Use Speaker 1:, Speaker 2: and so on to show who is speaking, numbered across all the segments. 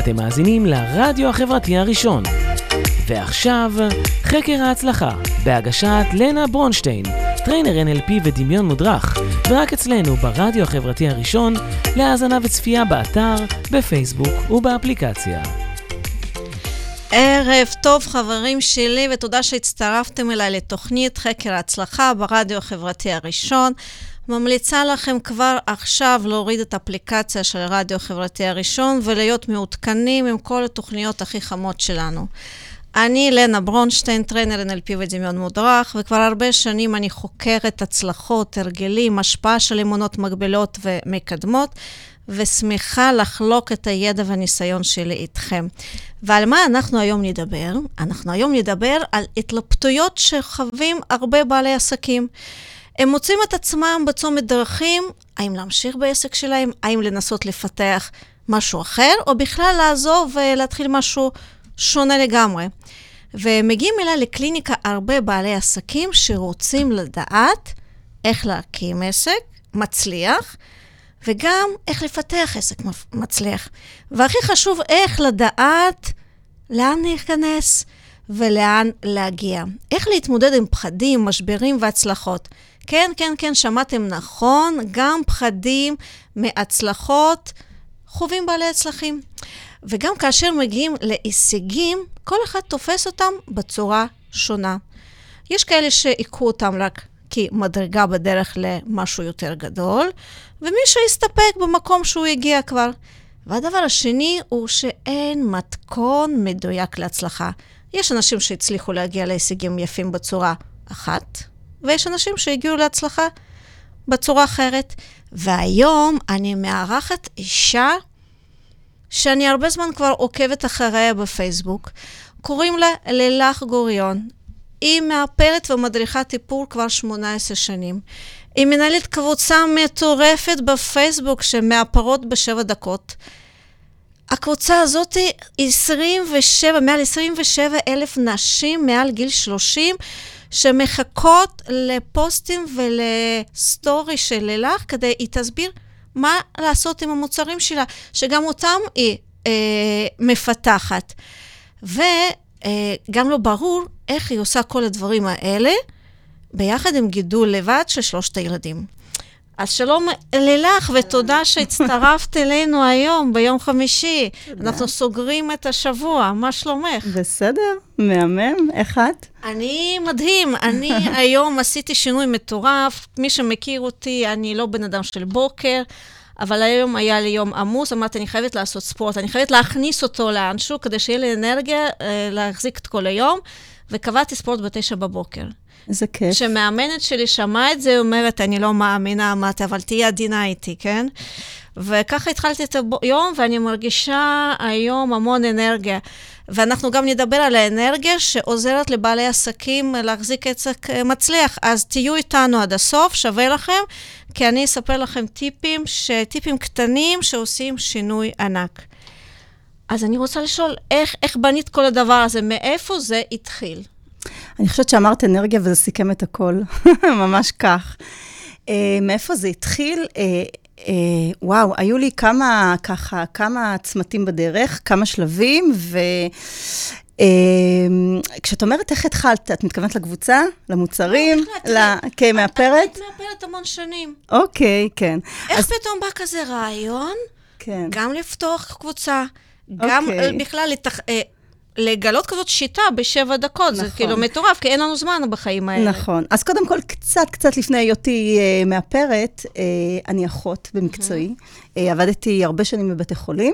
Speaker 1: אתם מאזינים לרדיו החברתי הראשון. ועכשיו, חקר ההצלחה, בהגשת לנה ברונשטיין, טריינר NLP ודמיון מודרך, ורק אצלנו ברדיו החברתי הראשון, להאזנה וצפייה באתר, בפייסבוק ובאפליקציה.
Speaker 2: ערב טוב חברים שלי, ותודה שהצטרפתם אליי לתוכנית חקר ההצלחה ברדיו החברתי הראשון. ממליצה לכם כבר עכשיו להוריד את האפליקציה של הרדיו החברתי הראשון ולהיות מעודכנים עם כל התוכניות הכי חמות שלנו. אני לנה ברונשטיין, טריינר NLP ודמיון מודרך, וכבר הרבה שנים אני חוקרת הצלחות, הרגלים, השפעה של אמונות מגבילות ומקדמות, ושמחה לחלוק את הידע והניסיון שלי איתכם. ועל מה אנחנו היום נדבר? אנחנו היום נדבר על התלבטויות שחווים הרבה בעלי עסקים. הם מוצאים את עצמם בצומת דרכים, האם להמשיך בעסק שלהם, האם לנסות לפתח משהו אחר, או בכלל לעזוב ולהתחיל משהו שונה לגמרי. ומגיעים אליי לקליניקה הרבה בעלי עסקים שרוצים לדעת איך להקים עסק מצליח, וגם איך לפתח עסק מצליח. והכי חשוב, איך לדעת לאן להיכנס ולאן להגיע. איך להתמודד עם פחדים, משברים והצלחות. כן, שמעתם נכון, גם פחדים מהצלחות חווים בעלי הצלחים. וגם כאשר מגיעים להישגים, כל אחד תופס אותם בצורה שונה. יש כאלה שיקחו אותם רק כמדרגה בדרך למשהו יותר גדול, ומי שיסתפק במקום שהוא הגיע כבר. והדבר השני הוא שאין מתכון מדויק להצלחה. יש אנשים שהצליחו להגיע להישגים יפים בצורה אחת, ויש אנשים שהגיעו להצלחה בצורה אחרת. והיום אני מארחת אישה שאני הרבה זמן כבר עוקבת אחריה בפייסבוק. קוראים לה לילך גוריון. היא מאפרת ומדריכת טיפול כבר 18 שנים. היא מנהלת קבוצה מטורפת בפייסבוק שמאפרות ב7 דקות. הקבוצה הזאת היא מעל 27 אלף נשים מעל גיל 30 שמחכות לפוסטים ולסטורי של לילך כדי היא תסביר מה לעשות עם המוצרים שלה, שגם אותם היא מפתחת. וגם לא ברור איך היא עושה כל הדברים האלה, ביחד עם גידול לבד של 3 ילדים. אז שלום לילך, ותודה שהצטרפת אלינו היום, ביום חמישי. אנחנו סוגרים את השבוע, מה שלומך?
Speaker 3: בסדר, מהמם, איך את?
Speaker 2: אני מדהים, אני היום עשיתי שינוי מטורף, מי שמכיר אותי, אני לא בן אדם של בוקר, אבל היום היה לי יום עמוס, אמרתי, אני חייבת לעשות ספורט, אני חייבת להכניס אותו לאנשהו, כדי שיהיה לי אנרגיה להחזיק את כל היום, וקבעתי ספורט ב9 בבוקר.
Speaker 3: איזה כיף.
Speaker 2: כשמאמנת שלי שמעה את זה, אומרת, אני לא מאמינה, אמרתי, אבל תהיה עדינה איתי, כן? וככה התחלתי את היום, ואני מרגישה היום המון אנרגיה. ואנחנו גם נדבר על האנרגיה שעוזרת לבעלי עסקים להחזיק עסק מצליח. אז תהיו איתנו עד הסוף, שווה לכם, כי אני אספר לכם טיפים קטנים שעושים שינוי ענק. אז אני רוצה לשאול, איך בנית כל הדבר הזה? מאיפה זה התחיל?
Speaker 3: אני חושבת שאמרת אנרגיה וזה סיכם את הכל, ממש כך. מאיפה זה התחיל? וואו, היו לי כמה צמתים בדרך, כמה שלבים, כשאת אומרת איך התחלת, את מתכוונת לקבוצה, למוצרים, כמאפרת?
Speaker 2: את מאפרת המון שנים.
Speaker 3: אוקיי, כן.
Speaker 2: איך פתאום בא כזה רעיון?
Speaker 3: כן.
Speaker 2: גם לפתוח קבוצה, גם בכלל לגלות כזאת שיטה ב7 דקות, זה כאילו מטורף, כי אין לנו זמן בחיים האלה.
Speaker 3: נכון. אז קודם כל, קצת לפני היותי מאפרת, אני אחות במקצועי. עבדתי הרבה שנים בבתי חולים,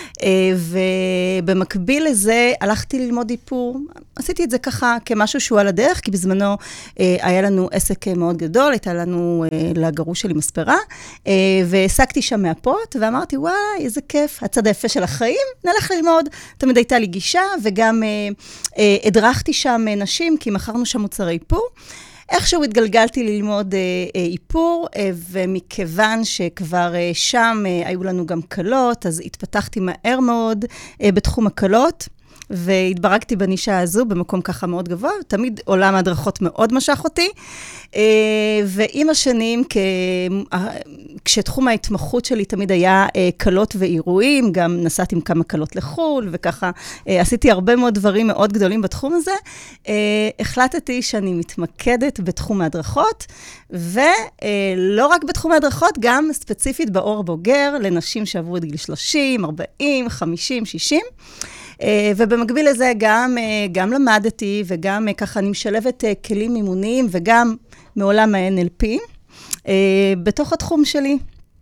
Speaker 3: ובמקביל לזה הלכתי ללמוד איפור. עשיתי את זה ככה כמשהו שהוא על הדרך, כי בזמנו היה לנו עסק מאוד גדול, הייתה לנו לגרוש שלי מספרה, והעסקתי שם מאפות, ואמרתי, וואי, איזה כיף, הצד היפה של החיים, נלך ללמוד. תמיד הייתה לי גישה, וגם הדרכתי שם נשים, כי מכרנו שם מוצרי איפור. איכשהו התגלגלתי ללמוד איפור, ומכיוון שכבר שם היו לנו גם קלות, אז התפתחתי מהר מאוד בתחום הקלות, והתברגתי בנישה הזו, במקום ככה מאוד גבוה, תמיד עולם ההדרכות מאוד משך אותי, ועם השנים, כשתחום ההתמחות שלי תמיד היה קלות ואירועים, גם נסעתי עם כמה קלות לחול, וככה עשיתי הרבה מאוד דברים מאוד גדולים בתחום הזה, החלטתי שאני מתמקדת בתחום ההדרכות, ולא רק בתחום ההדרכות, גם ספציפית באור הבוגר, לנשים שעברו את גיל 30, 40, 50, 60, ובמקביל לזה גם למדתי, וגם ככה אני משלבת כלים אימוניים, וגם מעולם ה-NLP, בתוך התחום שלי.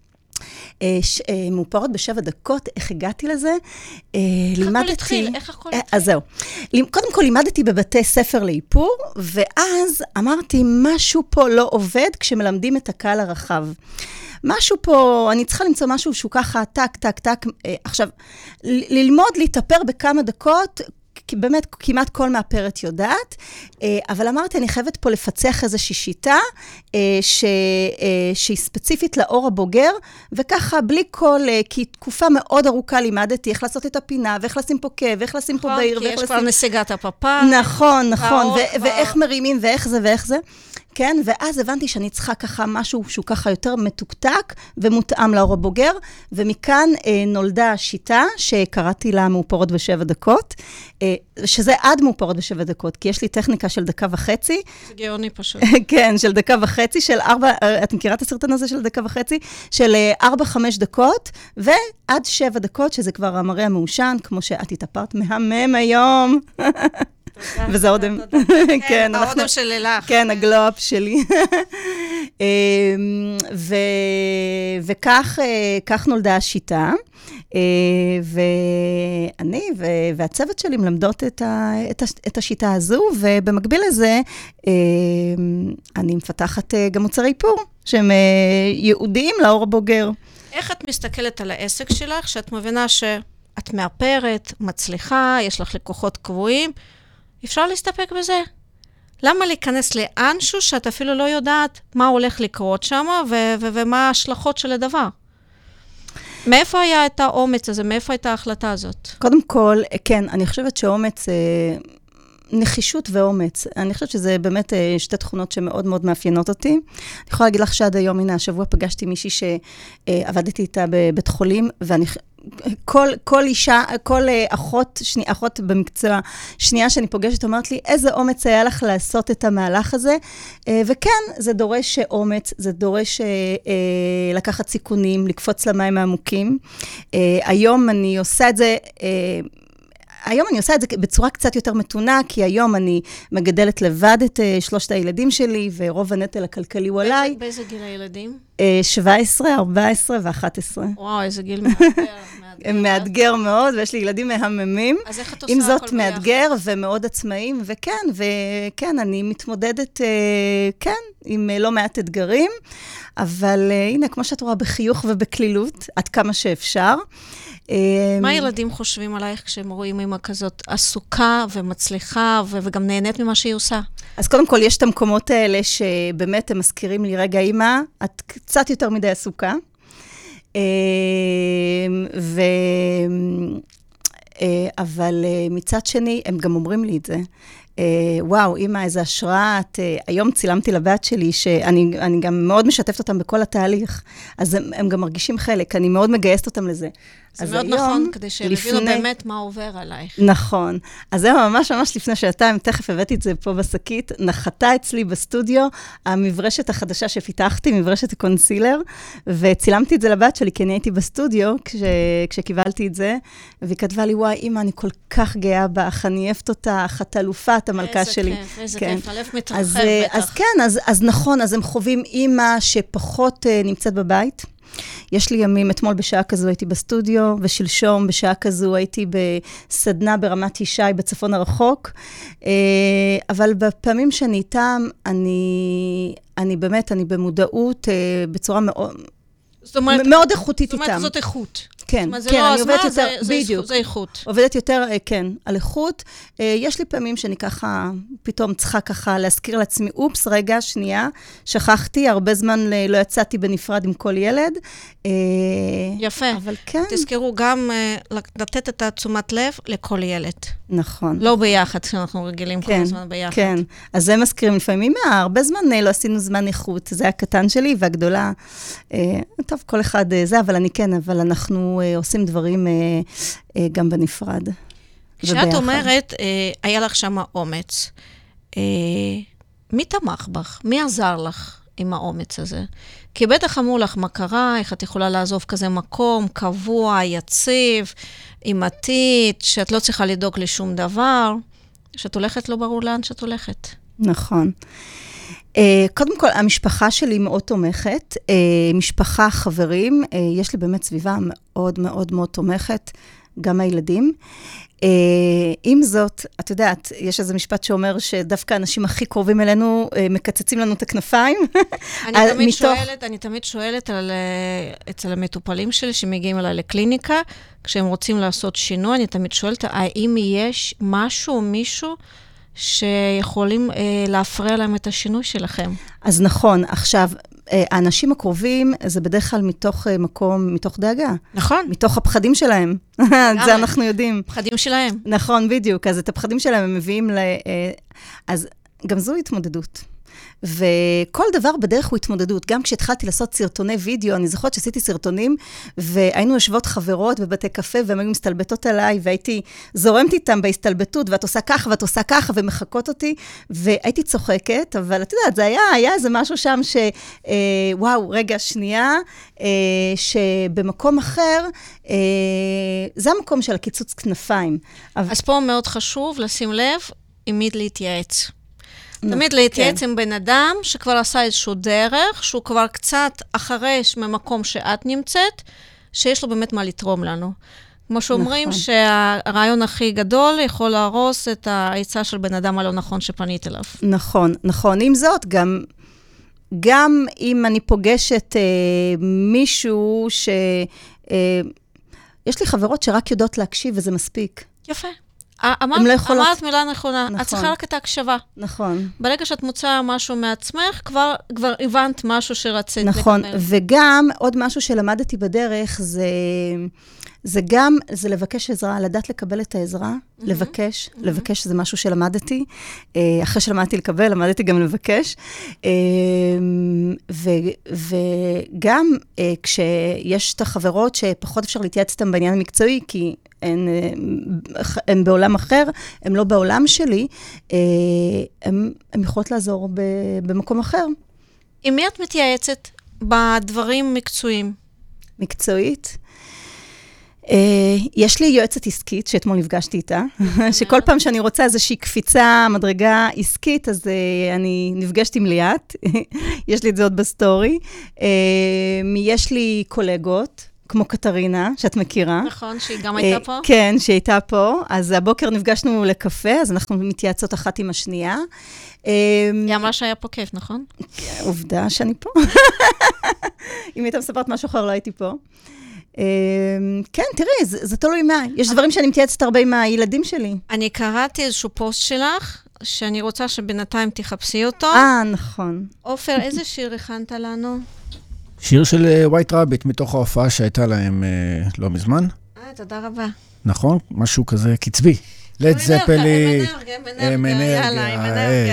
Speaker 3: מאופרות ב7 דקות, איך הגעתי לזה?
Speaker 2: איך הכל התחיל?
Speaker 3: אז זהו. קודם כל לימדתי בבתי ספר לאיפור, ואז אמרתי, משהו פה לא עובד כשמלמדים את הקהל הרחב. משהו פה, אני צריכה למצוא משהו שהוא ככה, טק, טק, טק. עכשיו, ללמוד, להתאפר בכמה דקות, באמת כמעט כל מאפרת יודעת, אבל אמרתי, אני חייבת פה לפצח איזושהי שיטה, שהיא ספציפית לאור הבוגר, וככה בלי כל, כי תקופה מאוד ארוכה לימדתי, איך לעשות את הפינה, ואיך לשים פה כאב, ואיך לשים פה בעיר,
Speaker 2: כי יש כבר נסיגת הפפה.
Speaker 3: נכון, ואיך מרימים, ואיך זה, ואיך זה. כן, ואז הבנתי שאני צריכה ככה משהו שהוא ככה יותר מתוקתק ומותאם לאור הבוגר, ומכאן נולדה השיטה שקראתי לה מאופרות ב7 דקות, שזה עד מאופרות ב7 דקות, כי יש לי טכניקה של 1.5 דקות.
Speaker 2: זה גאוני פשוט.
Speaker 3: כן, של 1.5 דקות, של 4, את מכירה את הסרטון הזה של 1.5 דקות? של 4-5 דקות, ועד 7 דקות, שזה כבר המראה המעושן, כמו שאת התאפרת מהמם היום. וזה עוד...
Speaker 2: כן, העודם של לילך.
Speaker 3: כן, הגלו-אפ שלי. וכך נולדה השיטה, ואני והצוות שלי מלמדות את השיטה הזו, ובמקביל לזה, אני מפתחת גם מוצרי איפור, שהם ייעודיים לאור הבוגר.
Speaker 2: איך את מסתכלת על העסק שלך, שאת מבינה שאת מאפרת, מצליחה, יש לך לקוחות קבועים, אפשר להסתפק בזה? למה להיכנס לאנשהו שאת אפילו לא יודעת מה הולך לקרות שם ומה ההשלכות של הדבר? מאיפה היה את האומץ הזה? מאיפה הייתה ההחלטה הזאת?
Speaker 3: קודם כל, כן, אני חושבת שאומץ, נחישות ואומץ. אני חושבת שזה באמת שתי תכונות שמאוד מאוד מאפיינות אותי. אני יכולה להגיד לך שעד היום, הנה, השבוע פגשתי מישהי שעבדתי איתה בבית חולים, ואני... כל אישה, כל אחות במקצוע שנייה שאני פוגשת, אומרת לי, איזה אומץ היה לך לעשות את המהלך הזה, וכן, זה דורש אומץ, זה דורש לקחת סיכונים, לקפוץ למים העמוקים. היום אני עושה את זה... בצורה קצת יותר מתונה, כי היום אני מגדלת לבד את 3 הילדים שלי, ורוב הנטל הכלכלי הוא עליי.
Speaker 2: באיזה גיל הילדים?
Speaker 3: 17, 14 ו-11.
Speaker 2: וואו, איזה גיל מאתגר.
Speaker 3: מאתגר מאוד, ויש לי ילדים מהממים.
Speaker 2: אז איך את עושה
Speaker 3: עם
Speaker 2: הכל ביחד?
Speaker 3: זאת מאתגר ומאוד עצמאיים, וכן, אני מתמודדת, כן, עם לא מעט אתגרים, אבל הנה, כמו שאת רואה, בחיוך ובכלילות, עד כמה שאפשר.
Speaker 2: מה הילדים חושבים עלייך כשהם רואים אמא כזאת עסוקה ומצליחה וגם נהנית ממה שהיא עושה?
Speaker 3: אז קודם כל, יש את המקומות האלה שבאמת הם מזכירים לי, רגע, אמא, את קצת יותר מדי עסוקה. אבל מצד שני, הם גם אומרים לי את זה. וואו, אמא, איזה השראה, היום צילמתי לבת שלי, שאני גם מאוד משתפת אותם בכל התהליך, אז הם גם מרגישים חלק, אני מאוד מגייסת אותם לזה.
Speaker 2: זה מאוד נכון, כדי שיבינו באמת מה עובר עלייך.
Speaker 3: נכון. אז זה ממש לפני שעתיים, תכף הבאתי את זה פה בשקית, נחתה אצלי בסטודיו, המברשת החדשה שפיתחתי, מברשת הקונסילר, וצילמתי את זה לבת שלי, כי אני הייתי בסטודיו, כשקיבלתי את זה, והיא כתבה לי, וואי, אמא, אני כל כך גאה בך, אני אוהבת אותך, את אלופה, את המלכה שלי.
Speaker 2: איזה כיף, הלב מתרחב בטח.
Speaker 3: אז כן, אז נכון, אז הם חווים אמא שפחות נמצאת בבית, יש לי ימים, אתמול בשעה כזו הייתי בסטודיו, ושלשום בשעה כזו הייתי בסדנה ברמת ישי בצפון הרחוק, אבל בפעמים שאני איתם, אני באמת, אני במודעות בצורה מאוד איכותית איתם.
Speaker 2: זאת אומרת, זאת איכות.
Speaker 3: כן,
Speaker 2: זה
Speaker 3: כן,
Speaker 2: לא
Speaker 3: אני עובדת
Speaker 2: הזמן,
Speaker 3: יותר, בדיוק.
Speaker 2: זה איכות.
Speaker 3: עובדת יותר, כן, על איכות. יש לי פעמים שאני ככה, פתאום צריכה ככה להזכיר לעצמי, אופס, רגע, שנייה, שכחתי, הרבה זמן לא יצאתי בנפרד עם כל ילד.
Speaker 2: יפה.
Speaker 3: אבל כן.
Speaker 2: תזכרו גם לתת את התשומת לב לכל ילד.
Speaker 3: נכון.
Speaker 2: לא ביחד, כשאנחנו רגילים כל הזמן ביחד.
Speaker 3: כן, אז זה מזכירים לפעמים, הרבה זמן לא עשינו זמן איכות, זה הקטן שלי והגדולה, טוב, כל אחד זה, אבל אני כן, אבל אנחנו עושים דברים גם בנפרד.
Speaker 2: כשאת אומרת, היה לך שם אומץ, מי תמך בך? מי עזר לך עם האומץ הזה? כי בטח אמרו לך מה קרה, איך את יכולה לעזוב כזה מקום, קבוע, יציב, אימתית, שאת לא צריכה לדאוג לשום דבר, שאת הולכת לא ברור לאן שאת הולכת.
Speaker 3: נכון. קודם כל, המשפחה שלי מאוד תומכת, משפחה, חברים, יש לי באמת סביבה מאוד מאוד מאוד תומכת, גם הילדים. עם זאת, את יודעת, יש איזה משפט שאומר שדווקא האנשים הכי קרובים אלינו מקצצים לנו את הכנפיים.
Speaker 2: אני תמיד שואלת אצל המטופלים שלי שמגיעים אליי לקליניקה, כשהם רוצים לעשות שינוי, אני תמיד שואלת, האם יש משהו או מישהו שיכולים להפריע להם את השינוי שלכם?
Speaker 3: אז נכון, עכשיו, האנשים הקרובים, זה בדרך כלל מתוך מקום, מתוך דאגה.
Speaker 2: נכון.
Speaker 3: מתוך הפחדים שלהם. זה אנחנו יודעים.
Speaker 2: פחדים שלהם.
Speaker 3: נכון, בדיוק. אז את הפחדים שלהם הם מביאים אז גם זו התמודדות. וכל דבר בדרך הוא התמודדות. גם כשהתחלתי לעשות סרטוני וידאו, אני זוכרת שעשיתי סרטונים, והיינו יושבות חברות בבתי קפה, והן היו מסתלבטות עליי, והייתי זורמת איתם בהסתלבטות, ואת עושה ככה, ואת עושה ככה, ומחכות אותי, והייתי צוחקת, אבל את יודעת, זה היה איזה משהו שם וואו, רגע, שנייה, שבמקום אחר, זה המקום של הקיצוץ כנפיים.
Speaker 2: אז פה מאוד חשוב לשים לב, עם מי להתייעץ. תמיד להתייעץ עם בן אדם שכבר עשה איזשהו דרך, שהוא כבר קצת אחרי ממקום שאת נמצאת, שיש לו באמת מה לתרום לנו. כמו שאומרים שהרעיון הכי גדול יכול להרוס את העצה של בן אדם הלא נכון שפנית אליו.
Speaker 3: נכון, נכון. עם זאת, גם אם אני פוגשת מישהו יש לי חברות שרק יודעות להקשיב וזה מספיק.
Speaker 2: יפה. אמרת מילה נכונה, את צריכה רק את ההקשבה.
Speaker 3: נכון.
Speaker 2: ברגע שאת מוצאה משהו מעצמך, כבר הבנת משהו שרצית.
Speaker 3: נכון, וגם עוד משהו שלמדתי בדרך, זה גם, זה לבקש עזרה, לדעת לקבל את העזרה, לבקש זה משהו שלמדתי, אחרי שלמדתי לקבל, למדתי גם לבקש, וגם כשיש את החברות שפחות אפשר להתייעץ איתן בעניין המקצועי, כי הן בעולם אחר, הן לא בעולם שלי, הן יכולות לעזור במקום אחר.
Speaker 2: עם מי את מתייעצת בדברים מקצועיים?
Speaker 3: מקצועית? יש לי יועצת עסקית, שאתמול נפגשתי איתה, שכל פעם שאני רוצה איזושהי קפיצה, מדרגה עסקית, אז אני נפגשת עם ליאת, יש לי את זה עוד בסטורי. יש לי קולגות, כמו קטרינה, שאת מכירה.
Speaker 2: נכון, שהיא גם הייתה פה.
Speaker 3: כן, שהיא הייתה פה. אז הבוקר נפגשנו לקפה, אז אנחנו מתייעצות אחת עם השנייה.
Speaker 2: היא אמרה שהיה פה כיף, נכון?
Speaker 3: עובדה שאני פה. אם היית מספרת משהו אחר, לא הייתי פה. כן, תראי, זה תלוי מה. יש דברים שאני מתייעצת הרבה עם הילדים שלי.
Speaker 2: אני קראתי איזשהו פוסט שלך, שאני רוצה שבינתיים תחפשי אותו.
Speaker 3: נכון.
Speaker 2: עופר, איזה שיר הכנת לנו?
Speaker 4: שיר של ווייט רביט, מתוך ההופעה שהייתה להם לא מזמן.
Speaker 2: תודה רבה.
Speaker 4: נכון? משהו כזה קצבי. לד זפלי.
Speaker 2: עם אנרגיה. יאללה, עם אנרגיה.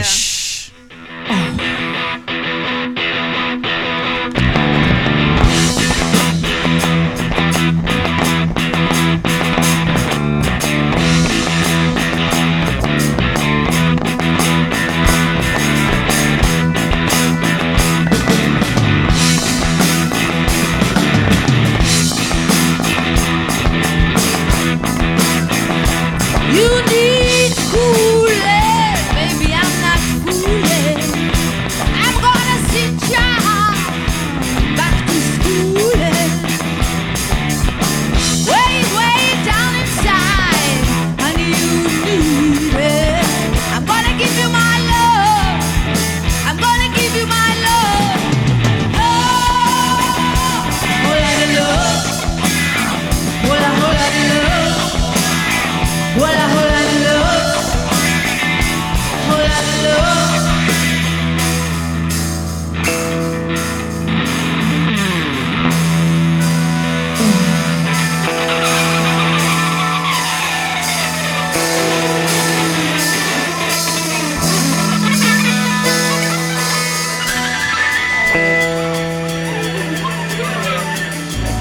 Speaker 5: You need Kool-Aid, baby, I'm not fooling.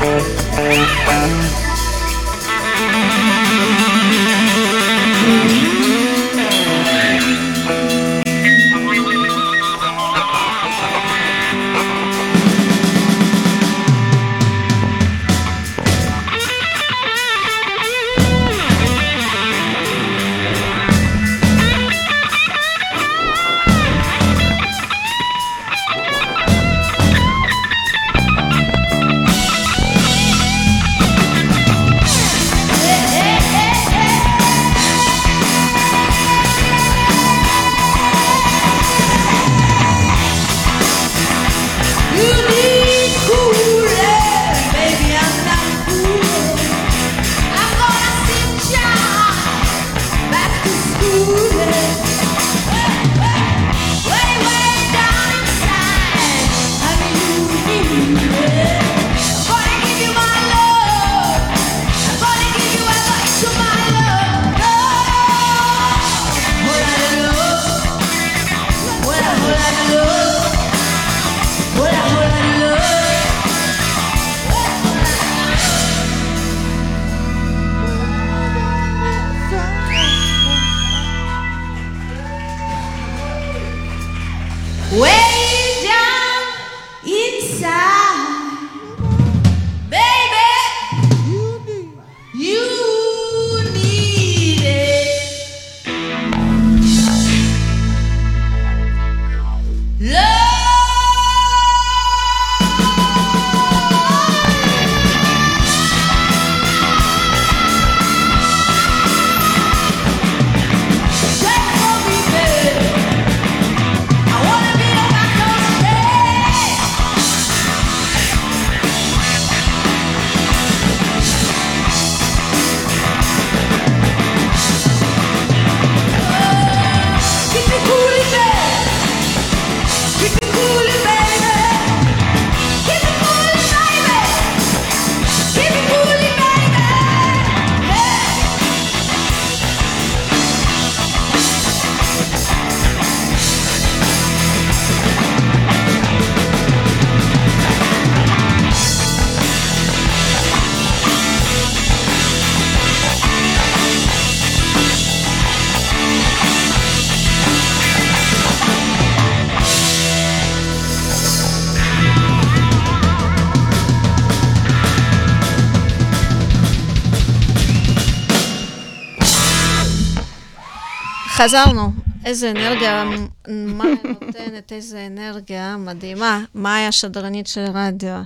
Speaker 2: חזרנו, איזה אנרגיה, מה נותנת, איזה אנרגיה מדהימה, מה היה שדרנית של רדיו.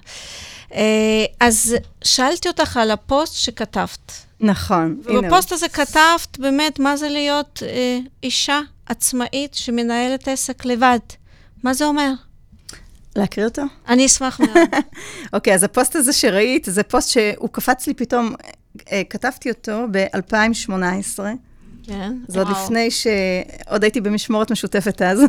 Speaker 2: אז שאלתי אותך על הפוסט שכתבת.
Speaker 3: נכון.
Speaker 2: ובפוסט הזה כתבת באמת מה זה להיות אישה עצמאית שמנהלת עסק לבד. מה זה אומר?
Speaker 3: להקריא אותו?
Speaker 2: אני אשמח מאוד.
Speaker 3: אוקיי, אז הפוסט הזה שראית, זה פוסט שהוא קפץ לי פתאום, כתבתי אותו ב-2018.
Speaker 2: כן.
Speaker 3: זה עוד לפני שעוד הייתי במשמורת משותפת אז.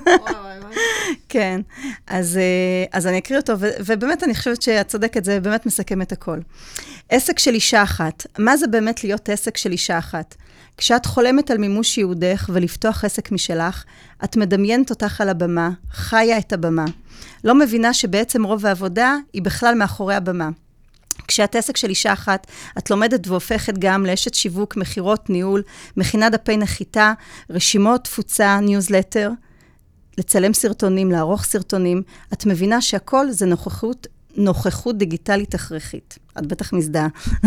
Speaker 3: כן. אז אני אקריא אותו, ובאמת אני חושבת שהצודקת זה באמת מסכם את הכל. עסק של אישה אחת. מה זה באמת להיות עסק של אישה אחת? כשאת חולמת על מימוש ייעודך ולפתוח עסק משלך, את מדמיינת אותך על הבמה, חיה את הבמה. לא מבינה שבעצם רוב העבודה היא בכלל מאחורי הבמה. כשאת עסק של אישה אחת, את לומדת והופכת גם לאשת שיווק, מחירות, ניהול, מכינה דפי נחיתה, רשימות, תפוצה, ניוזלטר, לצלם סרטונים, לערוך סרטונים. את מבינה שהכל זה נוכחות דיגיטלית הכרחית. את בטח מזדהה.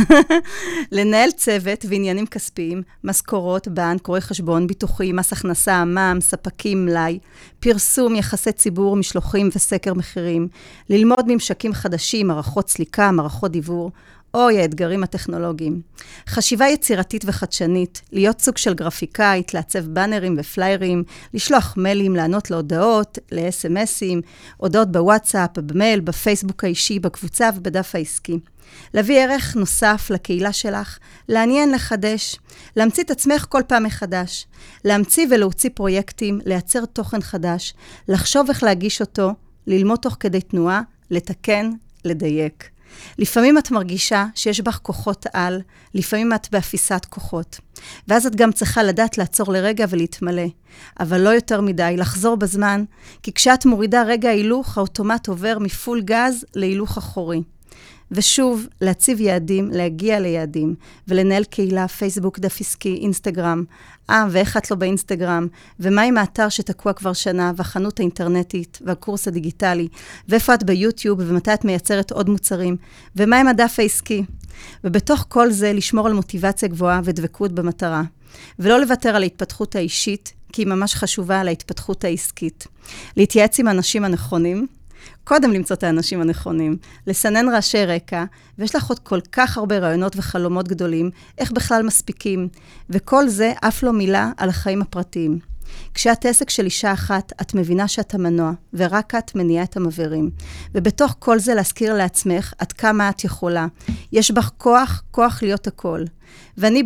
Speaker 3: לנהל צוות ועניינים כספיים, משכורות, בנק, רואי חשבון, ביטוחי, מס הכנסה, מע"מ, ספקים, מלאי, פרסום, יחסי ציבור, משלוחים וסקר מחירים, ללמוד ממשקים חדשים, מערכות סליקה, מערכות דיוור, אוי, האתגרים הטכנולוגיים. חשיבה יצירתית וחדשנית, להיות סוג של גרפיקאית, לעצב בנרים ופליירים, לשלוח מיילים, לענות להודעות, ל-SMSים, הודעות בוואטסאפ, במייל, בפייסבוק האישי, בקבוצה ובדף העסקי. להביא ערך נוסף לקהילה שלך, לעניין, לחדש, להמציא את עצמך כל פעם מחדש, להמציא ולהוציא פרויקטים, לייצר תוכן חדש, לחשוב איך להגיש אותו, ללמוד תוך כדי תנועה, לתקן, לדייק. לפעמים את מרגישה שיש בך כוחות על, לפעמים את באפיסת כוחות. ואז את גם צריכה לדעת לעצור לרגע ולהתמלא. אבל לא יותר מדי, לחזור בזמן, כי כשאת מורידה רגע הילוך, האוטומט עובר מפול גז להילוך אחורי. ושוב, להציב יעדים, להגיע ליעדים, ולנהל קהילה, פייסבוק, דף עסקי, אינסטגרם. ואיך את לא באינסטגרם? ומה עם האתר שתקוע כבר שנה, והחנות האינטרנטית, והקורס הדיגיטלי? ואיפה את ביוטיוב, ומתי את מייצרת עוד מוצרים? ומה עם הדף העסקי? ובתוך כל זה, לשמור על מוטיבציה גבוהה ודבקות במטרה. ולא לוותר על ההתפתחות האישית, כי היא ממש חשובה על ההתפתחות העסקית. להתייעץ עם האנשים הנכונים, קודם למצוא את האנשים הנכונים, לסנן רעשי רקע, ויש לך עוד כל כך הרבה רעיונות וחלומות גדולים, איך בכלל מספיקים, וכל זה אף לא מילה על החיים הפרטיים. כשאת עסק של אישה אחת, את מבינה שאת המנוע, ורק את מניעה את המעברים. ובתוך כל זה להזכיר לעצמך עד כמה את יכולה. יש בך כוח להיות הכל. ואני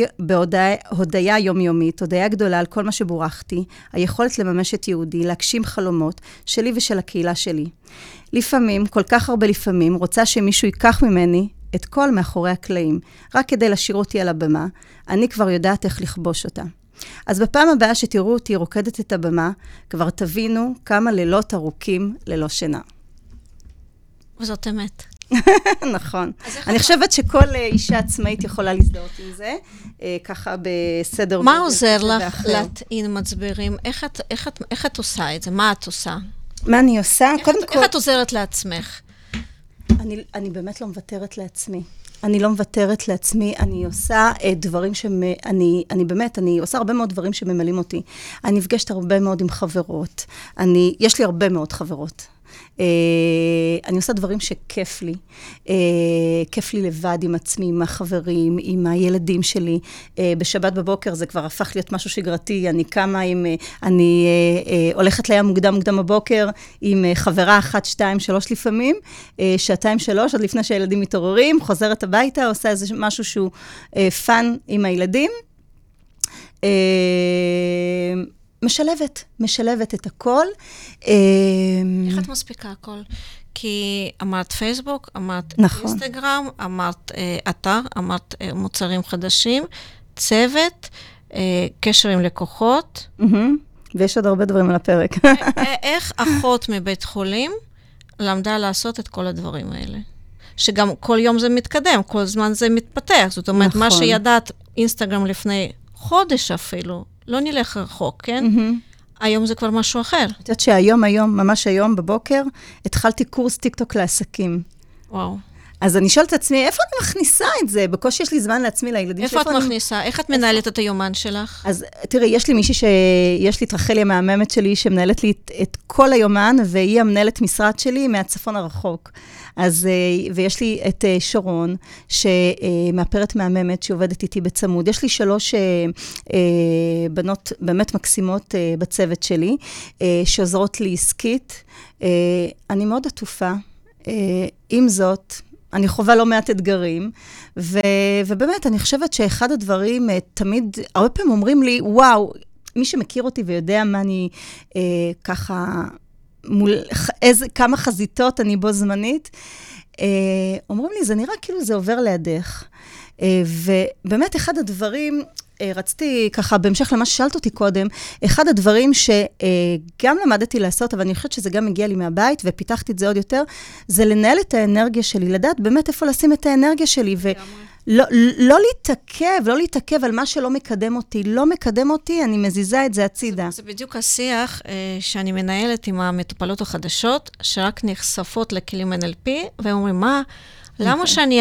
Speaker 3: בהודעה יומיומית, הודעה גדולה על כל מה שבורחתי, היכולת לממש את יהודי, להגשים חלומות שלי ושל הקהילה שלי. לפעמים, כל כך הרבה לפעמים, רוצה שמישהו ייקח ממני את כל מאחורי הקלעים, רק כדי להשאיר אותי על הבמה, אני כבר יודעת איך לכבוש אותה. אז בפעם הבאה שתראו אותי רוקדת את הבמה, כבר תבינו כמה לילות ארוכים ללא שינה.
Speaker 2: וזאת אמת.
Speaker 3: נכון. אני חושבת שכל אישה עצמאית יכולה להזדהות עם זה, ככה בסדר.
Speaker 2: מה עוזר לך להטעין מצברים? איך את עושה את זה? מה את עושה?
Speaker 3: מה אני עושה?
Speaker 2: איך את עוזרת לעצמך?
Speaker 3: אני באמת לא מוותרת לעצמי. אני לא מוותרת לעצמי, אני עושה דברים אני עושה הרבה מאוד דברים שממלאים אותי. אני נפגשת הרבה מאוד עם חברות. יש לי הרבה מאוד חברות. אני עושה דברים שכיף לי. כיף לי לבד עם עצמי, עם החברים, עם הילדים שלי. בשבת בבוקר זה כבר הפך להיות משהו שגרתי. אני הולכת לים מוקדם בבוקר עם חברה 1, 2, 3 לפעמים, 2, 3, עד לפני שהילדים מתעוררים, חוזרת הביתה, עושה איזה משהו שהוא פן עם הילדים. משלבת את הכל.
Speaker 2: איך את מספיקה הכל? כי אמרת פייסבוק, אמרת אינסטגרם, אמרת אתר, אמרת מוצרים חדשים, צוות, קשר עם לקוחות.
Speaker 3: ויש עוד הרבה דברים על הפרק.
Speaker 2: איך אחות מבית חולים למדה לעשות את כל הדברים האלה? שגם כל יום זה מתקדם, כל זמן זה מתפתח. זאת אומרת, מה שידעת אינסטגרם לפני חודש אפילו, לא נלך רחוק, כן? היום זה כבר משהו אחר.
Speaker 3: את יודעת שהיום, ממש היום בבוקר, התחלתי קורס טיקטוק לעסקים.
Speaker 2: וואו.
Speaker 3: אז אני שואלת את עצמי, איפה אני מכניסה את זה? בקושי יש לי זמן לעצמי, לילדים
Speaker 2: שלי. איפה את מכניסה? איך את מנהלת את היומן שלך?
Speaker 3: אז תראי, יש לי מישהי יש לי את רחלי המאממת שלי, שמנהלת לי את כל היומן, והיא המנהלת משרד שלי מהצפון הרחוק. אז, ויש לי את שרון, שמאפרת מהממת, שעובדת איתי בצמוד. יש לי 3 בנות באמת מקסימות בצוות שלי, שעוזרות לי עסקית. אני מאוד עטופה. עם זאת, אני חווה לא מעט אתגרים, ובאמת, אני חושבת שאחד הדברים, תמיד, הרבה פעמים אומרים לי, וואו, מי שמכיר אותי ויודע מה אני ככה, כמה חזיתות אני בו זמנית, אומרים לי, זה נראה כאילו זה עובר לידך. ובאמת, אחד הדברים, רציתי ככה, בהמשך למה ששאלת אותי קודם, אחד הדברים שגם למדתי לעשות, אבל אני חושבת שזה גם מגיע לי מהבית, ופיתחתי את זה עוד יותר, זה לנהל את האנרגיה שלי, לדעת באמת איפה לשים את האנרגיה שלי, ולא להתעכב על מה שלא מקדם אותי. לא מקדם אותי, אני מזיזה את זה הצידה.
Speaker 2: זה בדיוק השיח שאני מנהלת עם המטופלות החדשות, שרק נחשפות לכלים NLP, והם אומרים, מה? למה שאני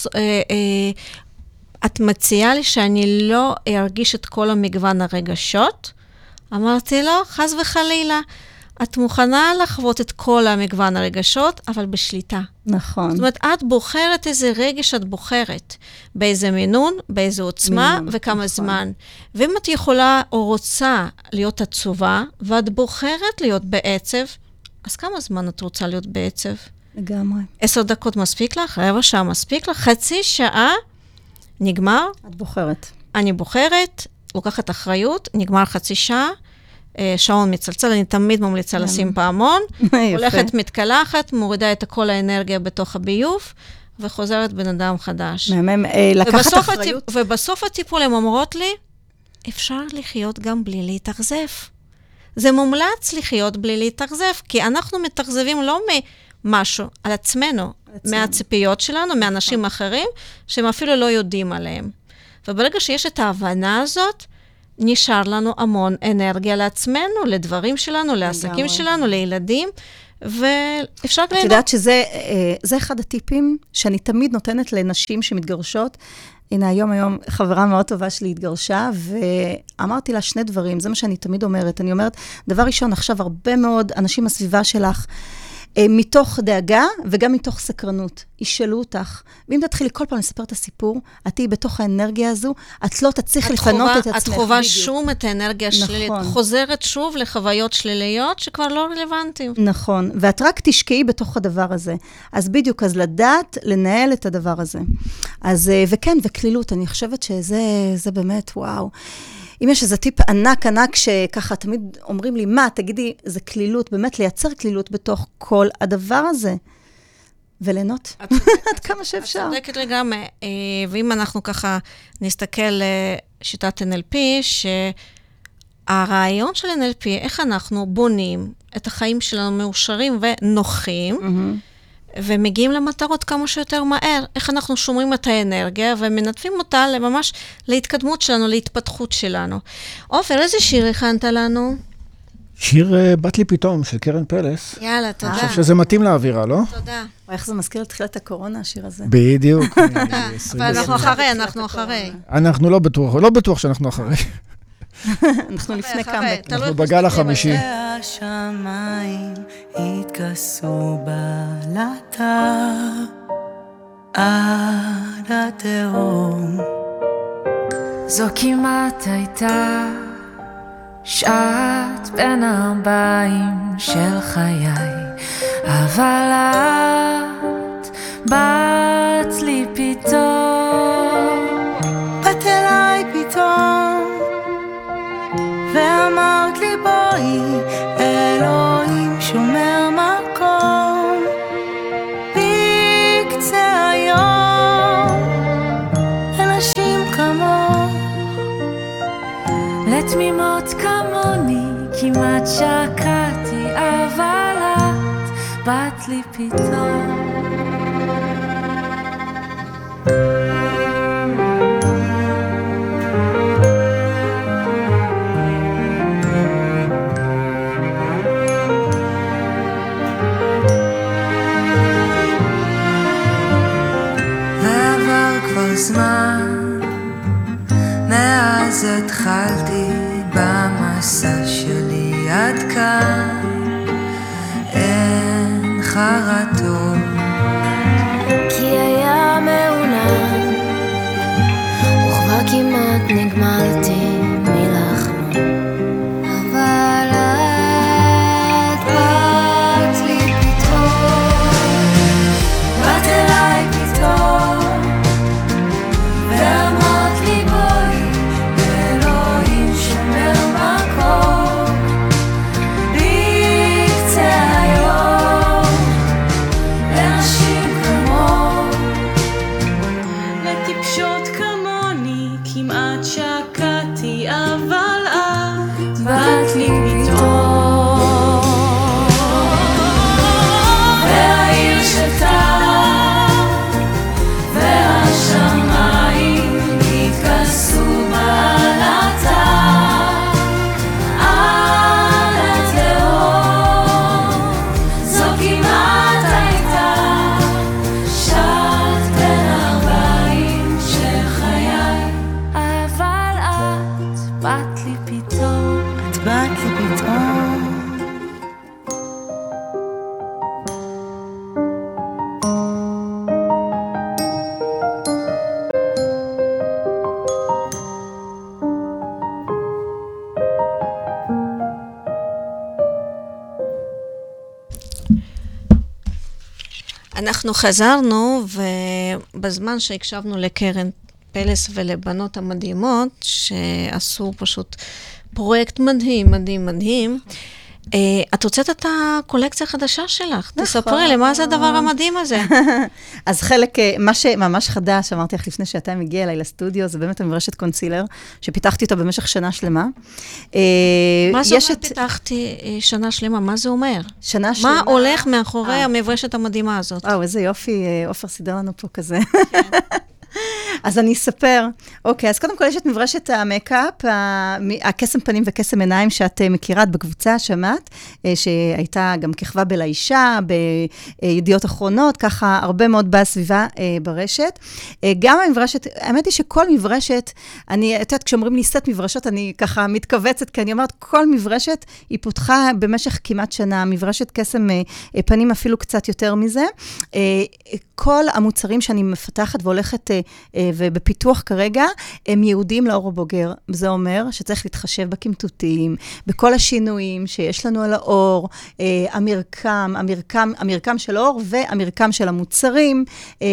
Speaker 2: את מציעה לי שאני לא ארגיש את כל המגוון הרגשות? אמרתי לו, חס וחלילה, את מוכנה לחוות את כל המגוון הרגשות, אבל בשליטה.
Speaker 3: נכון.
Speaker 2: זאת אומרת, את בוחרת איזה רגש את בוחרת, באיזה מינון, באיזה עוצמה וכמה זמן. ואם את יכולה או רוצה להיות עצובה, ואת בוחרת להיות בעצב, אז כמה זמן את רוצה להיות בעצב?
Speaker 3: לגמרי.
Speaker 2: 10 דקות מספיק לך? רבע שעה מספיק לך? חצי שעה? נגמר?
Speaker 3: את בוחרת.
Speaker 2: אני בוחרת, לוקחת אחריות, נגמר חצי שעה, שעון מצלצל, אני תמיד ממליצה לשים פעמון, הולכת מתקלחת, מורידה את כל האנרגיה בתוך הביוב, וחוזרת בן אדם חדש.
Speaker 3: לקחת אחריות.
Speaker 2: ובסוף הטיפול הם אומרות לי, אפשר לחיות גם בלי להתאכזב. זה מומלץ לחיות בלי להתאכזב, כי אנחנו מתאכזבים לא משהו על עצמנו, מהציפיות שלנו, מאנשים אחרים, שהם אפילו לא יודעים עליהם. וברגע שיש את ההבנה הזאת, נשאר לנו המון אנרגיה לעצמנו, לדברים שלנו, לעסקים שלנו, לילדים, ואפשר ליהנות.
Speaker 3: את יודעת שזה אחד הטיפים שאני תמיד נותנת לנשים שמתגרשות. הנה, היום חברה מאוד טובה שלי התגרשה, ואמרתי לה שני דברים, זה מה שאני תמיד אומרת. אני אומרת, דבר ראשון, עכשיו הרבה מאוד אנשים בסביבה שלך, מתוך דאגה וגם מתוך סקרנות, ישאלו אותך. ואם תתחילי כל פעם לספר את הסיפור, את תהיי בתוך האנרגיה הזו, את לא תצליח לפנות את עצמך.
Speaker 2: את חובה שום את האנרגיה השלילית, חוזרת שוב לחוויות שליליות שכבר לא רלוונטיים.
Speaker 3: נכון, ואת רק תשקעי בתוך הדבר הזה. אז בדיוק, אז לדעת לנהל את הדבר הזה. אז, וכן, וכלילות, אני חושבת שזה באמת, וואו. אם יש איזה טיפ ענק, שככה תמיד אומרים לי, מה, תגידי, זה כלילות, באמת לייצר כלילות בתוך כל הדבר הזה, וליהנות עד כמה שאפשר.
Speaker 2: את צודקת לגמרי, ואם אנחנו ככה נסתכל שיטת NLP, שהרעיון של NLP, איך אנחנו בונים את החיים שלנו מאושרים ונוחים, ומגיעים למטרות כמה שיותר מהר, איך אנחנו שומרים את האנרגיה, ומנתבים אותה ממש להתקדמות שלנו, להתפתחות שלנו. עופר, איזה שיר הכנת לנו?
Speaker 4: שיר בת לי פתאום, של קרן פלס.
Speaker 2: יאללה, תודה.
Speaker 4: אני חושב שזה מתאים לאווירה, לא?
Speaker 2: תודה.
Speaker 3: איך זה מזכיר לתחילת הקורונה, השיר הזה?
Speaker 4: בדיוק.
Speaker 2: ואנחנו אחרי.
Speaker 4: אנחנו לא בטוח שאנחנו אחרי.
Speaker 3: אנחנו לפני כמה.
Speaker 4: אנחנו בגל החמישי.
Speaker 5: השמיים התכסו בלטה עד התהום. זו כמעט הייתה שעת בין ארבעים של חיי, אבל את באת לי פתאום, באת אליי פתאום, ואמרת לי בואי, אלוהים שומר מקום בקצה היום, אנשים כמוך, לתמימות כמוני, כמעט שקעתי, אבל את באת לי פתאום. זמן מאז התחלתי במסע שלי עד כאן, אין חרטות כי היה מעונן וכבר כמעט נגמלתי מלחלום, אבל את באת לי פתאום, באת אליי פתאום, ואמרת לי בואי, אלוהים שומר מקום בקצה היום, לאנשים כמוך, לטיפשות כמוני, כמעט שקעתי, אבל את באת לי פתאום, והעיר שתה והשמיים התכסו בעלתה על התהום, זו כמעט הייתה שעת בין ארבעים של חיי, אבל את באת לי פתאום, את באת לי פתאום.
Speaker 2: אנחנו חזרנו, ובזמן שהקשבנו לקרן פלס ולבנות המדהימות, שעשו פשוט פרויקט מדהים, מדהים, מדהים, את הוצאת את הקולקציה החדשה שלך. תספרי לי, מה זה הדבר המדהים הזה?
Speaker 3: אז חלק, מה שממש חדש, אמרתי לך לפני שאתה מגיע אליי לסטודיו, זה באמת המברשת קונסילר, שפיתחתי אותה במשך שנה שלמה.
Speaker 2: מה זה אומר פיתחתי שנה שלמה? מה זה אומר?
Speaker 3: שנה שלמה.
Speaker 2: מה הולך מאחורי המברשת המדהימה הזאת?
Speaker 3: וואו, איזה יופי, עופר סידר לנו פה כזה. אז אני אספר. אוקיי, אז קודם כל יש את מברשת המקאפ, הקסם פנים וקסם עיניים שאת מכירה בקבוצה, שמעת, שהייתה גם ככבה בלאישה, בידיעות אחרונות, ככה הרבה מאוד בסביבה ברשת. גם המברשת, האמת היא שכל מברשת, אני יודעת, כשאומרים לי סט מברשות, אני ככה מתכווצת, כי אני אומרת, כל מברשת היא פותחה במשך כמעט שנה, מברשת קסם פנים אפילו קצת יותר מזה. כל המוצרים שאני מפתחת והולכת ובפיתוח כרגע, הם יהודים לאור הבוגר. זה אומר שצריך להתחשב בקמטוטים, בכל השינויים שיש לנו על האור, המרקם של האור והמרקם של המוצרים,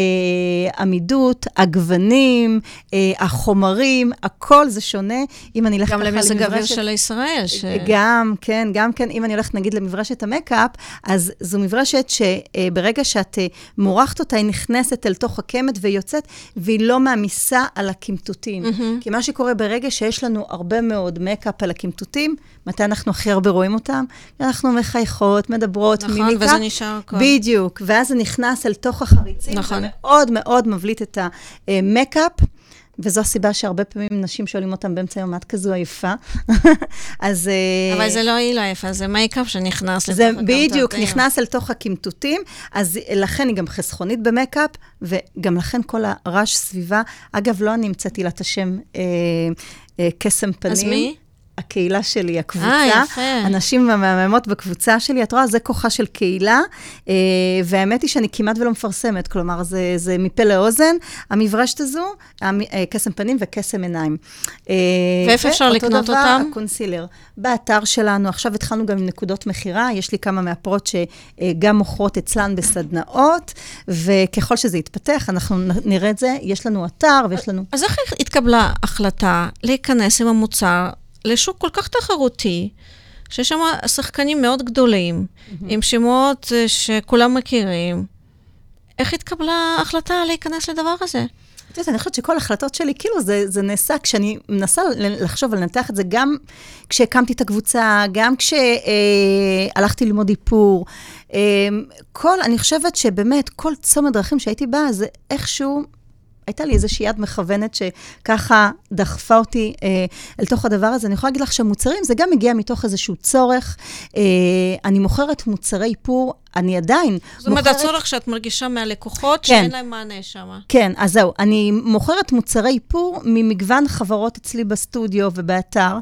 Speaker 3: עמידות, הגוונים, החומרים, הכל זה שונה. אם אני הולכת
Speaker 2: גם למזג האוויר של ישראל.
Speaker 3: גם, כן, אם אני הולכת נגיד למברשת המקאפ, אז זו מברשת שברגע שאת מורחת אותה, היא נכנסת אל תוך הקמת ויוצאת, והיא לא מעמיסה על הקמטוטים. כי מה שקורה ברגע שיש לנו הרבה מאוד מקאפ על הקמטוטים, מתי אנחנו הכי הרבה רואים אותם? אנחנו מחייכות, מדברות,
Speaker 2: נכון,
Speaker 3: מימיקה.
Speaker 2: וזה נשאר הכל.
Speaker 3: בדיוק, ואז זה נכנס אל תוך החריצים,
Speaker 2: נכון.
Speaker 3: ומאוד מאוד מבליט את המקאפ, וזו הסיבה שהרבה פעמים נשים שואלים אותם באמצע יום, את כזו עייפה. אז...
Speaker 2: אבל זה לא היא לא עייפה, זה מייקאפ שנכנס לתוך
Speaker 3: זה
Speaker 2: הקמטוטים.
Speaker 3: בדיוק, נכנס אל תוך הקמטוטים, אז לכן היא גם חסכונית במקאפ, וגם לכן כל הרעש סביבה, אגב, לא אני המצאתי לה את השם קסם פנים.
Speaker 2: אז מי?
Speaker 3: הקהילה שלי, הקבוצה,
Speaker 2: יפה.
Speaker 3: הנשים המהממות בקבוצה שלי, את רואה, זה כוחה של קהילה, והאמת היא שאני כמעט ולא מפרסמת, כלומר, זה מפה לאוזן, המברשת הזו, קסם פנים וקסם עיניים.
Speaker 2: ואיפה אפשר לקנות אותם?
Speaker 3: אותו דבר, הקונסילר. באתר שלנו, עכשיו התחלנו גם עם נקודות מחירה, יש לי כמה מהפרות שגם מוכרות אצלן בסדנאות, וככל שזה יתפתח, אנחנו נראה את זה, יש לנו אתר ויש לנו...
Speaker 2: אז איך התקבלה החלטה להיכנס עם המוצר לשוק כל כך תחרותי, שיש שם שחקנים מאוד גדולים, עם שמות שכולם מכירים. איך התקבלה החלטה להיכנס לדבר הזה?
Speaker 3: אני חושבת שכל החלטות שלי, כאילו זה נעשה, כשאני מנסה לחשוב ולנתח את זה, גם כשהקמתי את הקבוצה, גם כשהלכתי ללמוד איפור, אני חושבת שבאמת כל צומת דרכים שהייתי בה, זה איכשהו... הייתה לי איזושהי יד מכוונת שככה דחפה אותי אל תוך הדבר הזה. אני יכולה להגיד לך שהמוצרים, זה גם מגיע מתוך איזשהו צורך. אני מוכרת מוצרי איפור, אני עדיין
Speaker 2: זאת אומרת, הצורך שאת מרגישה מהלקוחות, שאין להם מענה שם.
Speaker 3: כן, אז זהו. אני מוכרת מוצרי איפור ממגוון חברות אצלי בסטודיו ובאתר,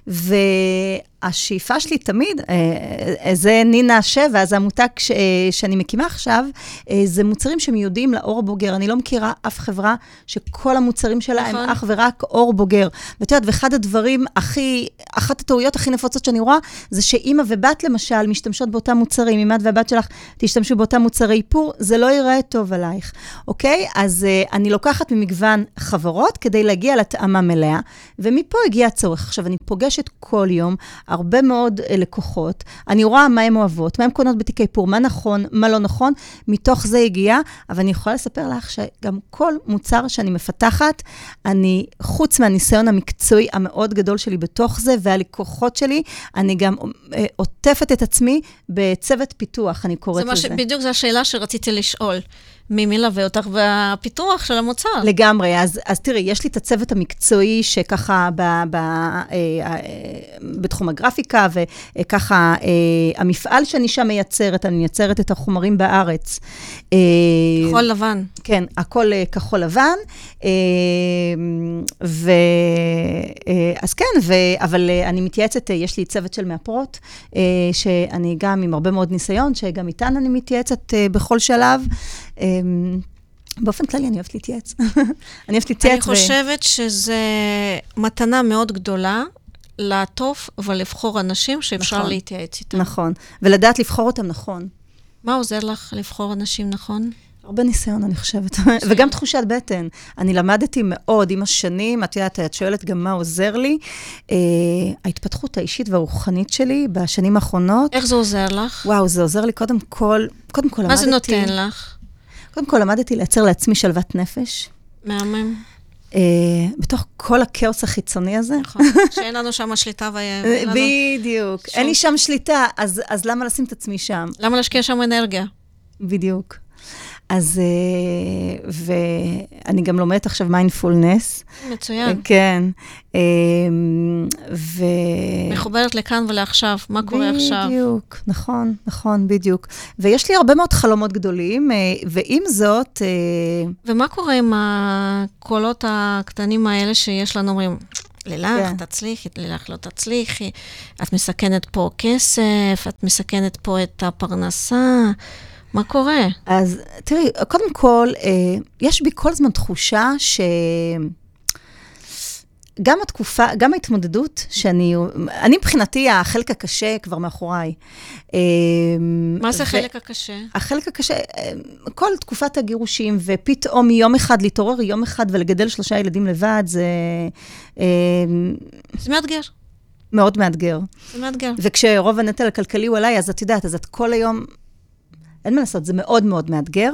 Speaker 3: והשאיפה שלי תמיד, זה נינה שבע, אז המותג שאני מקימה עכשיו, זה מוצרים שמיועדים לאור הבוגר. אני לא מכירה אף חברה שכל המוצרים שלה הם אך ורק אור בוגר. ואת יודעת, ואחד הדברים אחת הטעויות הכי נפוצות שאני רואה, זה שאמא ובת למשל משתמשות באותם מוצרים, אמא והבת שלך תשתמשו באותם מוצרי איפור, זה לא ייראה טוב עלייך, אוקיי? אז אני לוקחת ממגוון חברות כדי להגיע לתאמה מלאה, ומפה הגיע הצורך. עכשיו, אני פוגשת כל יום הרבה מאוד לקוחות, אני רואה מה הן אוהבות, מה הן קונות בתיק איפור, מה נכון, מה לא נכון, מתוך זה הגיע, אבל אני יכולה לספר לך שגם כל מוצר שאני מפתחת, אני, חוץ מהניסיון המקצועי המאוד גדול שלי בתוך זה, והלקוחות שלי, אני גם עוטפת את עצמי בצוות פיתוח, אני קוראת לזה.
Speaker 2: בדיוק זו השאלה שרציתי לשאול. מי מלווה אותך בפיתוח של המוצר?
Speaker 3: לגמרי, אז תראי, יש לי את הצוות המקצועי שככה בתחום הגרפיקה, וככה המפעל שאני שם מייצרת, אני מייצרת את החומרים בארץ.
Speaker 2: כחול לבן.
Speaker 3: כן, הכל כחול לבן. אז כן, אבל אני מתייעצת, יש לי צוות של מאפרות, שאני גם עם הרבה מאוד ניסיון, שגם איתן אני מתייעצת בכל שלב. באופן כללי, אני אוהבת להתייעץ. אני
Speaker 2: חושבת שזה מתנה מאוד גדולה, לעטוף ולבחור אנשים שאפשר להתייעץ איתם.
Speaker 3: נכון, ולדעת לבחור אותם נכון.
Speaker 2: מה עוזר לך לבחור אנשים נכון?
Speaker 3: הרבה ניסיון, אני חושבת. וגם תחושת בטן. אני למדתי מאוד עם השנים, את יודעת, את שואלת גם מה עוזר לי. ההתפתחות האישית והרוחנית שלי בשנים האחרונות.
Speaker 2: איך זה עוזר לך?
Speaker 3: וואו, זה עוזר לי קודם כל למדתי...
Speaker 2: מה זה נותן לך?
Speaker 3: קודם כל למדתי לייצר לעצמי שלוות נפש.
Speaker 2: מהמם.
Speaker 3: בתוך כל הכאוס החיצוני הזה.
Speaker 2: נכון, שאין לנו שם שליטה
Speaker 3: בדיוק. אין לי שם שליטה, אז למה לשים את עצמי שם?
Speaker 2: למה להשקיע שם אנרגיה?
Speaker 3: בדיוק. אז, ואני גם לומדת עכשיו מיינדפולנס.
Speaker 2: מצוין.
Speaker 3: כן.
Speaker 2: מחוברת לכאן ולעכשיו, מה קורה עכשיו?
Speaker 3: בדיוק, נכון, בדיוק. ויש לי הרבה מאוד חלומות גדולים, ועם זאת...
Speaker 2: ומה קורה עם הקולות הקטנים האלה שיש לנו, אומרים, לילך, תצליחי, לילך, לא תצליחי, את מסכנת פה כסף, את מסכנת פה את הפרנסה, מה קורה?
Speaker 3: אז תראי, קודם כל, יש בי כל זמן תחושה גם התקופה, גם ההתמודדות, אני מבחינתי, החלק הקשה כבר מאחוריי.
Speaker 2: מה זה החלק הקשה?
Speaker 3: החלק הקשה, כל תקופת הגירושים, ופתאום יום אחד, להתעורר יום אחד ולגדל 3 ילדים לבד, זה
Speaker 2: מאתגר.
Speaker 3: מאוד מאתגר.
Speaker 2: זה מאתגר.
Speaker 3: וכשרוב הנטל הכלכלי הוא עליי, אז את יודעת, אז את כל היום... אין מה לעשות, זה מאוד מאוד מאתגר.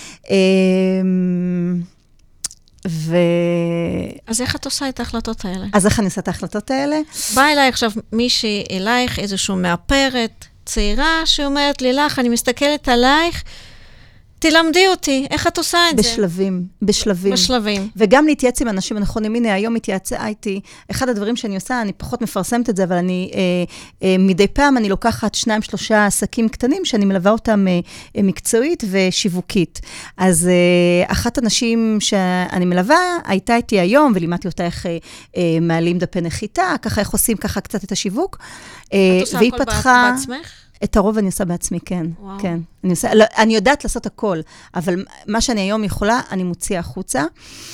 Speaker 2: אז איך את עושה את ההחלטות האלה?
Speaker 3: אז איך אני עושה את ההחלטות האלה?
Speaker 2: בא אליי עכשיו מישהי אלייך, איזושהי מאפרת, צעירה, שאומרת לי, לך, אני מסתכלת עלייך, תלמדי אותי, איך את עושה את זה?
Speaker 3: בשלבים. וגם להתייעץ עם אנשים הנכונים. הנה, היום התייעצה איתי. אחד הדברים שאני עושה, אני פחות מפרסמת את זה, אבל מדי פעם אני לוקחת 2-3 עסקים קטנים, שאני מלווה אותם מקצועית ושיווקית. אז אחת הנשים שאני מלווה, הייתה איתי היום, ולימדתי אותה איך מעלים דפי נחיתה, ככה איך עושים ככה קצת את השיווק.
Speaker 2: את עושה הכל בעצמך?
Speaker 3: את הרוב אני עושה בעצמי, כן.
Speaker 2: וואו.
Speaker 3: כן. אני יודעת לעשות הכל, אבל מה שאני היום יכולה, אני מוציאה החוצה.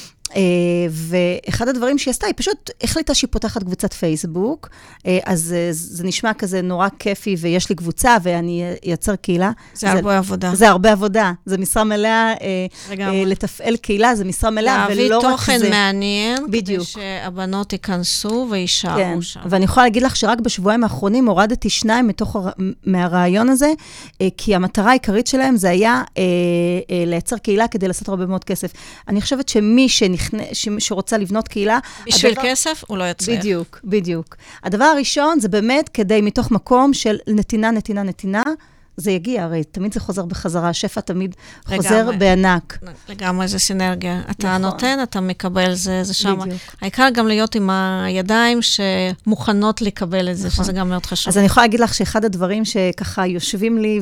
Speaker 3: ואחד הדברים שהיא עשתה, היא פשוט החליטה שהיא פותחת קבוצת פייסבוק, אז זה נשמע כזה נורא כיפי, ויש לי קבוצה, ואני אייצר קהילה.
Speaker 2: זה הרבה עבודה.
Speaker 3: זה הרבה עבודה. זה משרה מלאה, לתפעל קהילה, זה משרה מלאה, ולא רק זה.
Speaker 2: להביא תוכן מעניין,
Speaker 3: בדיוק.
Speaker 2: כדי שהבנות ייכנסו וישארו שם.
Speaker 3: ואני יכולה להגיד לך שרק בשבועיים האחרונים הורדתי 2 מהרעיון הזה, כי המטרה העיקרית שלהם זה היה לייצר קהילה כדי לעשות הרבה מאוד כסף. אני חושבת שמי שרוצה לבנות קהילה...
Speaker 2: בשביל כסף, הוא לא יצליח.
Speaker 3: בדיוק. הדבר הראשון זה באמת כדי מתוך מקום של נתינה, זה יגיע, הרי תמיד זה חוזר בחזרה, השפע תמיד חוזר בענק.
Speaker 2: לגמרי, זה סינרגיה. אתה נותן, אתה מקבל, זה שם. העיקר גם להיות עם הידיים שמוכנות לקבל את זה, שזה גם מאוד חשוב.
Speaker 3: אז אני יכולה להגיד לך שאחד הדברים שככה יושבים לי,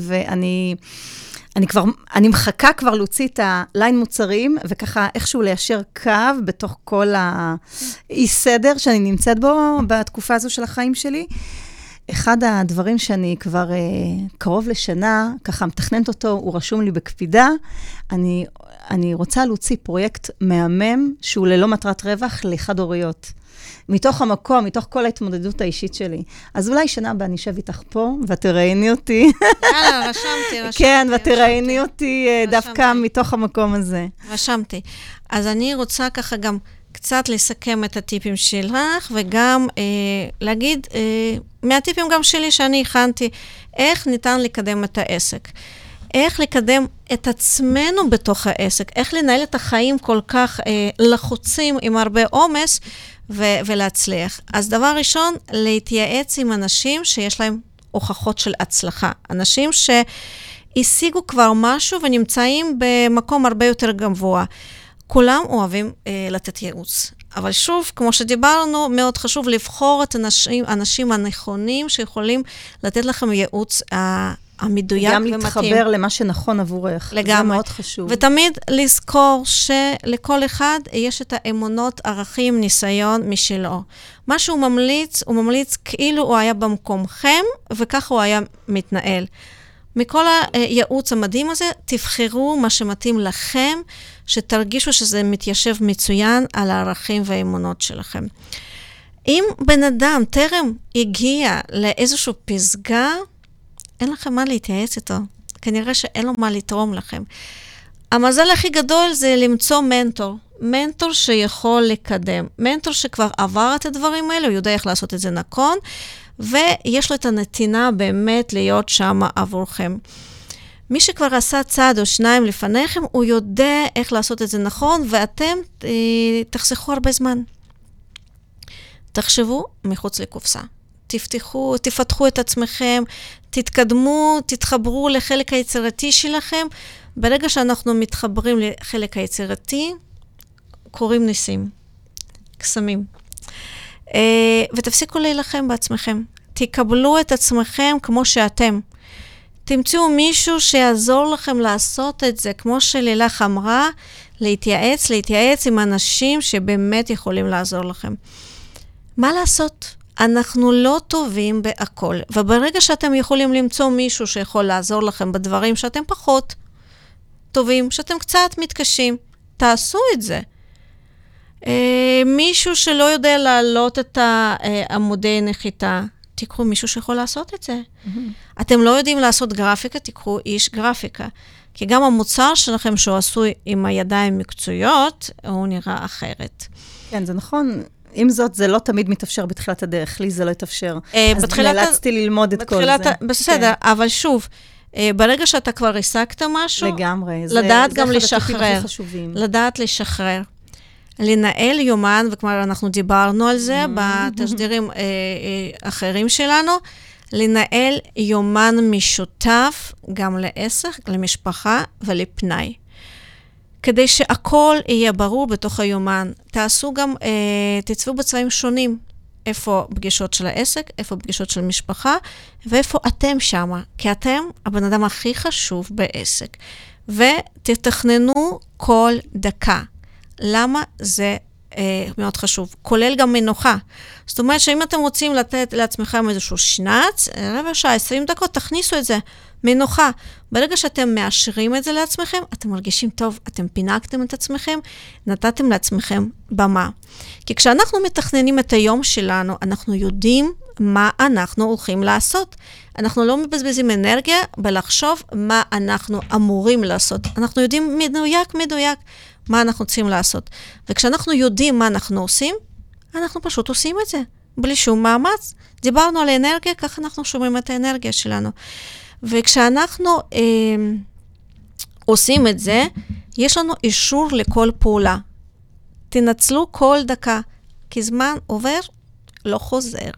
Speaker 3: אני מחכה כבר להוציא את הליין מוצרים, וככה איכשהו ליישר קו בתוך כל האי סדר שאני נמצאת בו בתקופה הזו של החיים שלי. אחד הדברים שאני כבר קרוב לשנה, ככה מתכננת אותו, הוא רשום לי בקפידה. אני רוצה להוציא פרויקט מהמם, שהוא ללא מטרת רווח לחד-הוריות. מתוך המקום, מתוך כל ההתמודדות האישית שלי. אז אולי שנה הבאה אני אשב איתך פה, ותראייני אותי.
Speaker 2: יאללה, רשמתי.
Speaker 3: כן, ותראייני אותי דווקא מתוך המקום הזה.
Speaker 2: רשמתי. אז אני רוצה ככה גם קצת לסכם את הטיפים שלך, וגם להגיד, מהטיפים גם שלי שאני הכנתי, איך ניתן לקדם את העסק. איך לקדם את עצמנו בתוך העסק, איך לנהל את החיים כל כך לחוצים עם הרבה עומס, ולהצליח. אז דבר ראשון, להתייעץ עם אנשים שיש להם הוכחות של הצלחה. אנשים שהשיגו כבר משהו ונמצאים במקום הרבה יותר גבוה. כולם אוהבים לתת ייעוץ. אבל שוב, כמו שדיברנו, מאוד חשוב לבחור את האנשים הנכונים שיכולים לתת לכם ייעוץ המדויק ומתאים.
Speaker 3: גם להתחבר למה שנכון עבורך.
Speaker 2: לגמרי.
Speaker 3: זה מאוד חשוב.
Speaker 2: ותמיד לזכור שלכל אחד יש את האמונות, ערכים, ניסיון משלו. מה שהוא ממליץ, הוא ממליץ כאילו הוא היה במקומכם, וככה הוא היה מתנהל. מכל הייעוץ המדהים הזה, תבחרו מה שמתאים לכם, שתרגישו שזה מתיישב מצוין על הערכים והאמונות שלכם. אם בן אדם טרם הגיע לאיזושהי פסגה, אין לכם מה להתייעץ איתו. כנראה שאין לו מה לתרום לכם. המזל הכי גדול זה למצוא מנטור. מנטור שיכול לקדם. מנטור שכבר עבר את הדברים האלה, הוא יודע איך לעשות את זה נכון, ויש לו את הנתינה באמת להיות שם עבורכם. מי שכבר עשה צעד או שניים לפניכם, הוא יודע איך לעשות את זה נכון, ואתם תחסכו הרבה זמן. תחשבו מחוץ לקופסה. תפתחו את עצמכם, תתקדמו, תתחברו לחלק היצירתי שלכם. ברגע שאנחנו מתחברים לחלק היצירתי, קוראים ניסים, קסמים. ותפסיקו להילחם בעצמכם. תקבלו את עצמכם כמו שאתם. תמצאו מישהו שיעזור לכם לעשות את זה, כמו שלילך אמרה, להתייעץ עם אנשים שבאמת יכולים לעזור לכם. מה לעשות? אנחנו לא טובים בהכל, וברגע שאתם יכולים למצוא מישהו שיכול לעזור לכם בדברים שאתם פחות טובים, שאתם קצת מתקשים, תעשו את זה. מישהו שלא יודע להעלות את עמודי נחיתה, תיקחו מישהו שיכול לעשות את זה. אתם לא יודעים לעשות גרפיקה, תיקחו איש גרפיקה. כי גם המוצר שלכם שהוא עשוי עם הידיים מקצועיות, הוא נראה אחרת.
Speaker 3: כן, זה נכון. עם זאת, זה לא תמיד מתאפשר בתחילת הדרך. לי זה לא התאפשר. אז נאלצתי ללמוד את כל זה.
Speaker 2: בסדר, אבל שוב, ברגע שאתה כבר השגת משהו,
Speaker 3: לגמרי.
Speaker 2: לדעת גם לשחרר. לדעת לשחרר. לנהל יומן, וכבר אנחנו דיברנו על זה בתשדירים אחרים שלנו, לנהל יומן משותף גם לעסק, למשפחה ולפנאי. כדי שהכל יהיה ברור בתוך היומן. תעשו גם, תצבו בצבעים שונים. איפה פגישות של העסק, איפה פגישות של משפחה, ואיפה אתם שמה. כי אתם הבן אדם הכי חשוב בעסק. ותתכננו כל דקה. למה זה מאוד חשוב? כולל גם מנוחה. זאת אומרת שאם אתם רוצים לתת לעצמכם איזשהו שנץ, רבע שעה, 20 דקות, תכניסו את זה. מנוחה. ברגע שאתם מאשרים את זה לעצמכם, אתם מרגישים טוב, אתם פינקתם את עצמכם, נתתם לעצמכם במה. כי כשאנחנו מתכננים את היום שלנו, אנחנו יודעים מה אנחנו הולכים לעשות. אנחנו לא מבזבזים אנרגיה בלחשוב מה אנחנו אמורים לעשות. אנחנו יודעים מדויק מה אנחנו צריכים לעשות. וכשאנחנו יודעים מה אנחנו עושים, אנחנו פשוט עושים את זה, בלי שום מאמץ. דיברנו על אנרגיה, כך אנחנו שומעים את האנרגיה שלנו. וכשאנחנו עושים את זה, יש לנו אישור לכל פעולה. תנצלו כל דקה, כי זמן עובר, לא חוזר.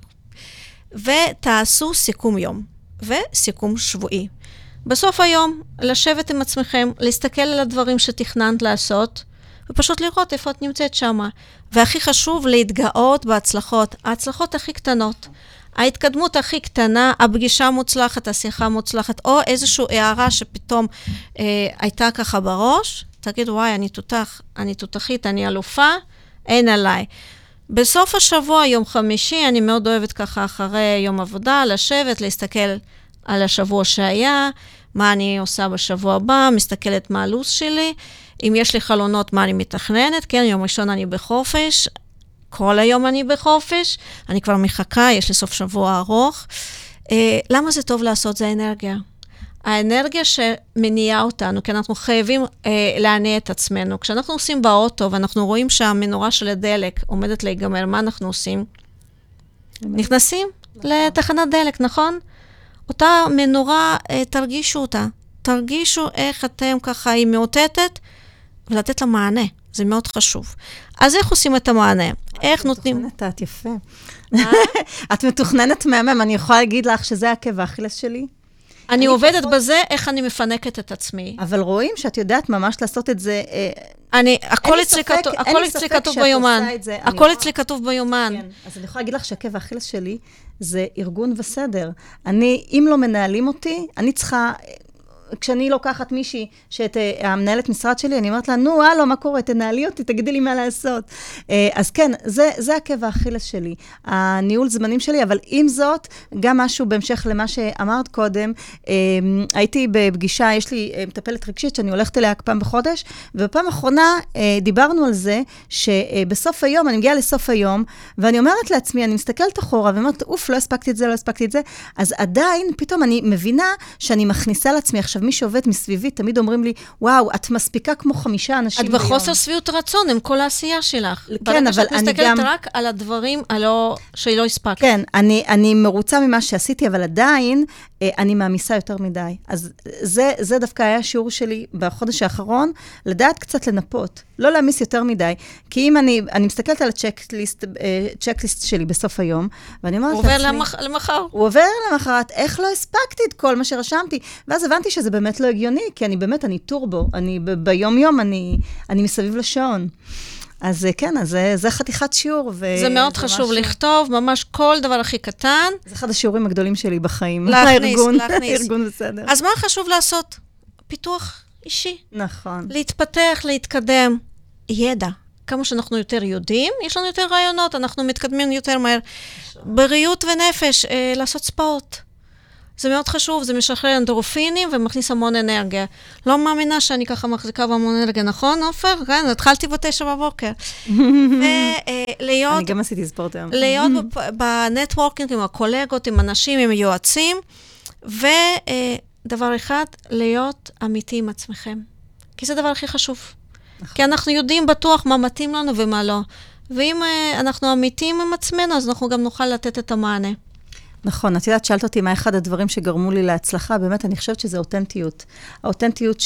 Speaker 2: ותעשו סיכום יום, וסיכום שבועי. בסוף היום, לשבת עם עצמכם, להסתכל על הדברים שתכננת לעשות, ופשוט לראות איפה את נמצאת שמה. והכי חשוב, להתגאות בהצלחות. ההצלחות הכי קטנות. ההתקדמות הכי קטנה, הפגישה מוצלחת, השיחה מוצלחת, או איזושהי הערה שפתאום הייתה ככה בראש, תגיד, וואי, אני תותחית, אני אלופה, אין עליי. בסוף השבוע, יום חמישי, אני מאוד אוהבת ככה אחרי יום עבודה, לשבת, להסתכל על השבוע שהיה, מה אני עושה בשבוע הבא, מסתכלת מה הלו"ז שלי, אם יש לי חלונות, מה אני מתכננת, כן, יום ראשון אני בחופש, כל היום אני בחופש, אני כבר מחכה, יש לי סוף שבוע ארוך. למה זה טוב לעשות? זה האנרגיה. האנרגיה שמניעה אותנו, כי אנחנו חייבים להניע את עצמנו. כשאנחנו עושים באוטו, ואנחנו רואים שהמנורה של הדלק עומדת להיגמר, מה אנחנו עושים? נכנסים לתחנת דלק, נכון? אותה מנורה, תרגישו אותה. תרגישו איך אתם ככה, היא מאותתת, ולתת לה מענה. זה מאוד חשוב. אז איך עושים את המענה? איך נותנים?
Speaker 3: את יפה. את מתוכננת מהמם, אני יכולה להגיד לך שזה עקב האכילס שלי.
Speaker 2: אני עובדת בזה, איך אני מפנקת את עצמי.
Speaker 3: אבל רואים שאת יודעת ממש לעשות את זה.
Speaker 2: הכל אצלי כתוב ביומן. הכל אצלי כתוב ביומן.
Speaker 3: אז אני יכולה להגיד לך שעקב האכילס שלי זה ארגון וסדר. אם לא מנהלים אותי, אני צריכה... כשאני לוקחת מישהי, שאת המנהלת משרד שלי, אני אומרת לה, נו, הלו, מה קורה? תנהלי אותי, תגידי לי מה לעשות. אז כן, זה עקב האכילס שלי, הניהול זמנים שלי, אבל עם זאת, גם משהו בהמשך למה שאמרת קודם, הייתי בפגישה, יש לי מטפלת רגשית, שאני הולכת אליה פעם בחודש, ובפעם האחרונה דיברנו על זה, שבסוף היום, אני מגיעה לסוף היום, ואני אומרת לעצמי, אני מסתכלת אחורה, ואומרת, אוף, לא הספקתי את זה, אז עדיין, פתאום אני מבינה שאני מכניסה לעצמי עכשיו עכשיו, מי שעובד מסביבי, תמיד אומרים לי, וואו, את מספיקה כמו 5 אנשים
Speaker 2: את
Speaker 3: ביום.
Speaker 2: בחוסר שביעות רצון עם כל העשייה שלך.
Speaker 3: כן, אבל אני גם...
Speaker 2: ברגע שאת מסתכלת רק על הדברים שלא הספקת.
Speaker 3: כן, אני מרוצה ממה שעשיתי, אבל עדיין אני מאמיסה יותר מדי. אז זה דווקא היה השיעור שלי בחודש האחרון, לדעת קצת לנפות, לא להמיס יותר מדי. כי אם אני מסתכלת על הצ'קליסט שלי בסוף היום, ואני אומרת לעצמי...
Speaker 2: הוא עובר למחר.
Speaker 3: הוא עובר למחרת, איך לא הספקתי את כל מה שרשמתי? ואז הבנתי שזה באמת לא הגיוני, כי אני טורבו, ביום-יום אני מסביב לשעון. אז כן, אז זה חתיכת שיעור.
Speaker 2: זה מאוד חשוב לכתוב, ממש כל דבר הכי קטן.
Speaker 3: זה אחד השיעורים הגדולים שלי בחיים.
Speaker 2: להכניס.
Speaker 3: הארגון בסדר.
Speaker 2: אז מה חשוב לעשות? פיתוח אישי.
Speaker 3: נכון.
Speaker 2: להתפתח, להתקדם. ידע. כמה שאנחנו יותר יודעים, יש לנו יותר רעיונות, אנחנו מתקדמים יותר מהר. בריאות ונפש, לעשות ספורט. זה מאוד חשוב, זה משחרר אנדרופינים ומכניס המון אנרגיה. לא מאמינה שאני ככה מחזיקה בהמון אנרגיה, נכון, עופר? כן, התחלתי ב9 בבוקר.
Speaker 3: אני גם עשיתי ספורט היום.
Speaker 2: להיות בנטוורקינג עם הקולגות, עם אנשים, עם יועצים, ודבר אחד, להיות אמיתי עם עצמכם. כי זה הדבר הכי חשוב. כי אנחנו יודעים בטוח מה מתאים לנו ומה לא. ואם אנחנו אמיתיים עם עצמנו, אז אנחנו גם נוכל לתת את המענה.
Speaker 3: נכון, את יודעת, שאלת אותי מה אחד הדברים שגרמו לי להצלחה, באמת אני חושבת שזה אותנטיות. האותנטיות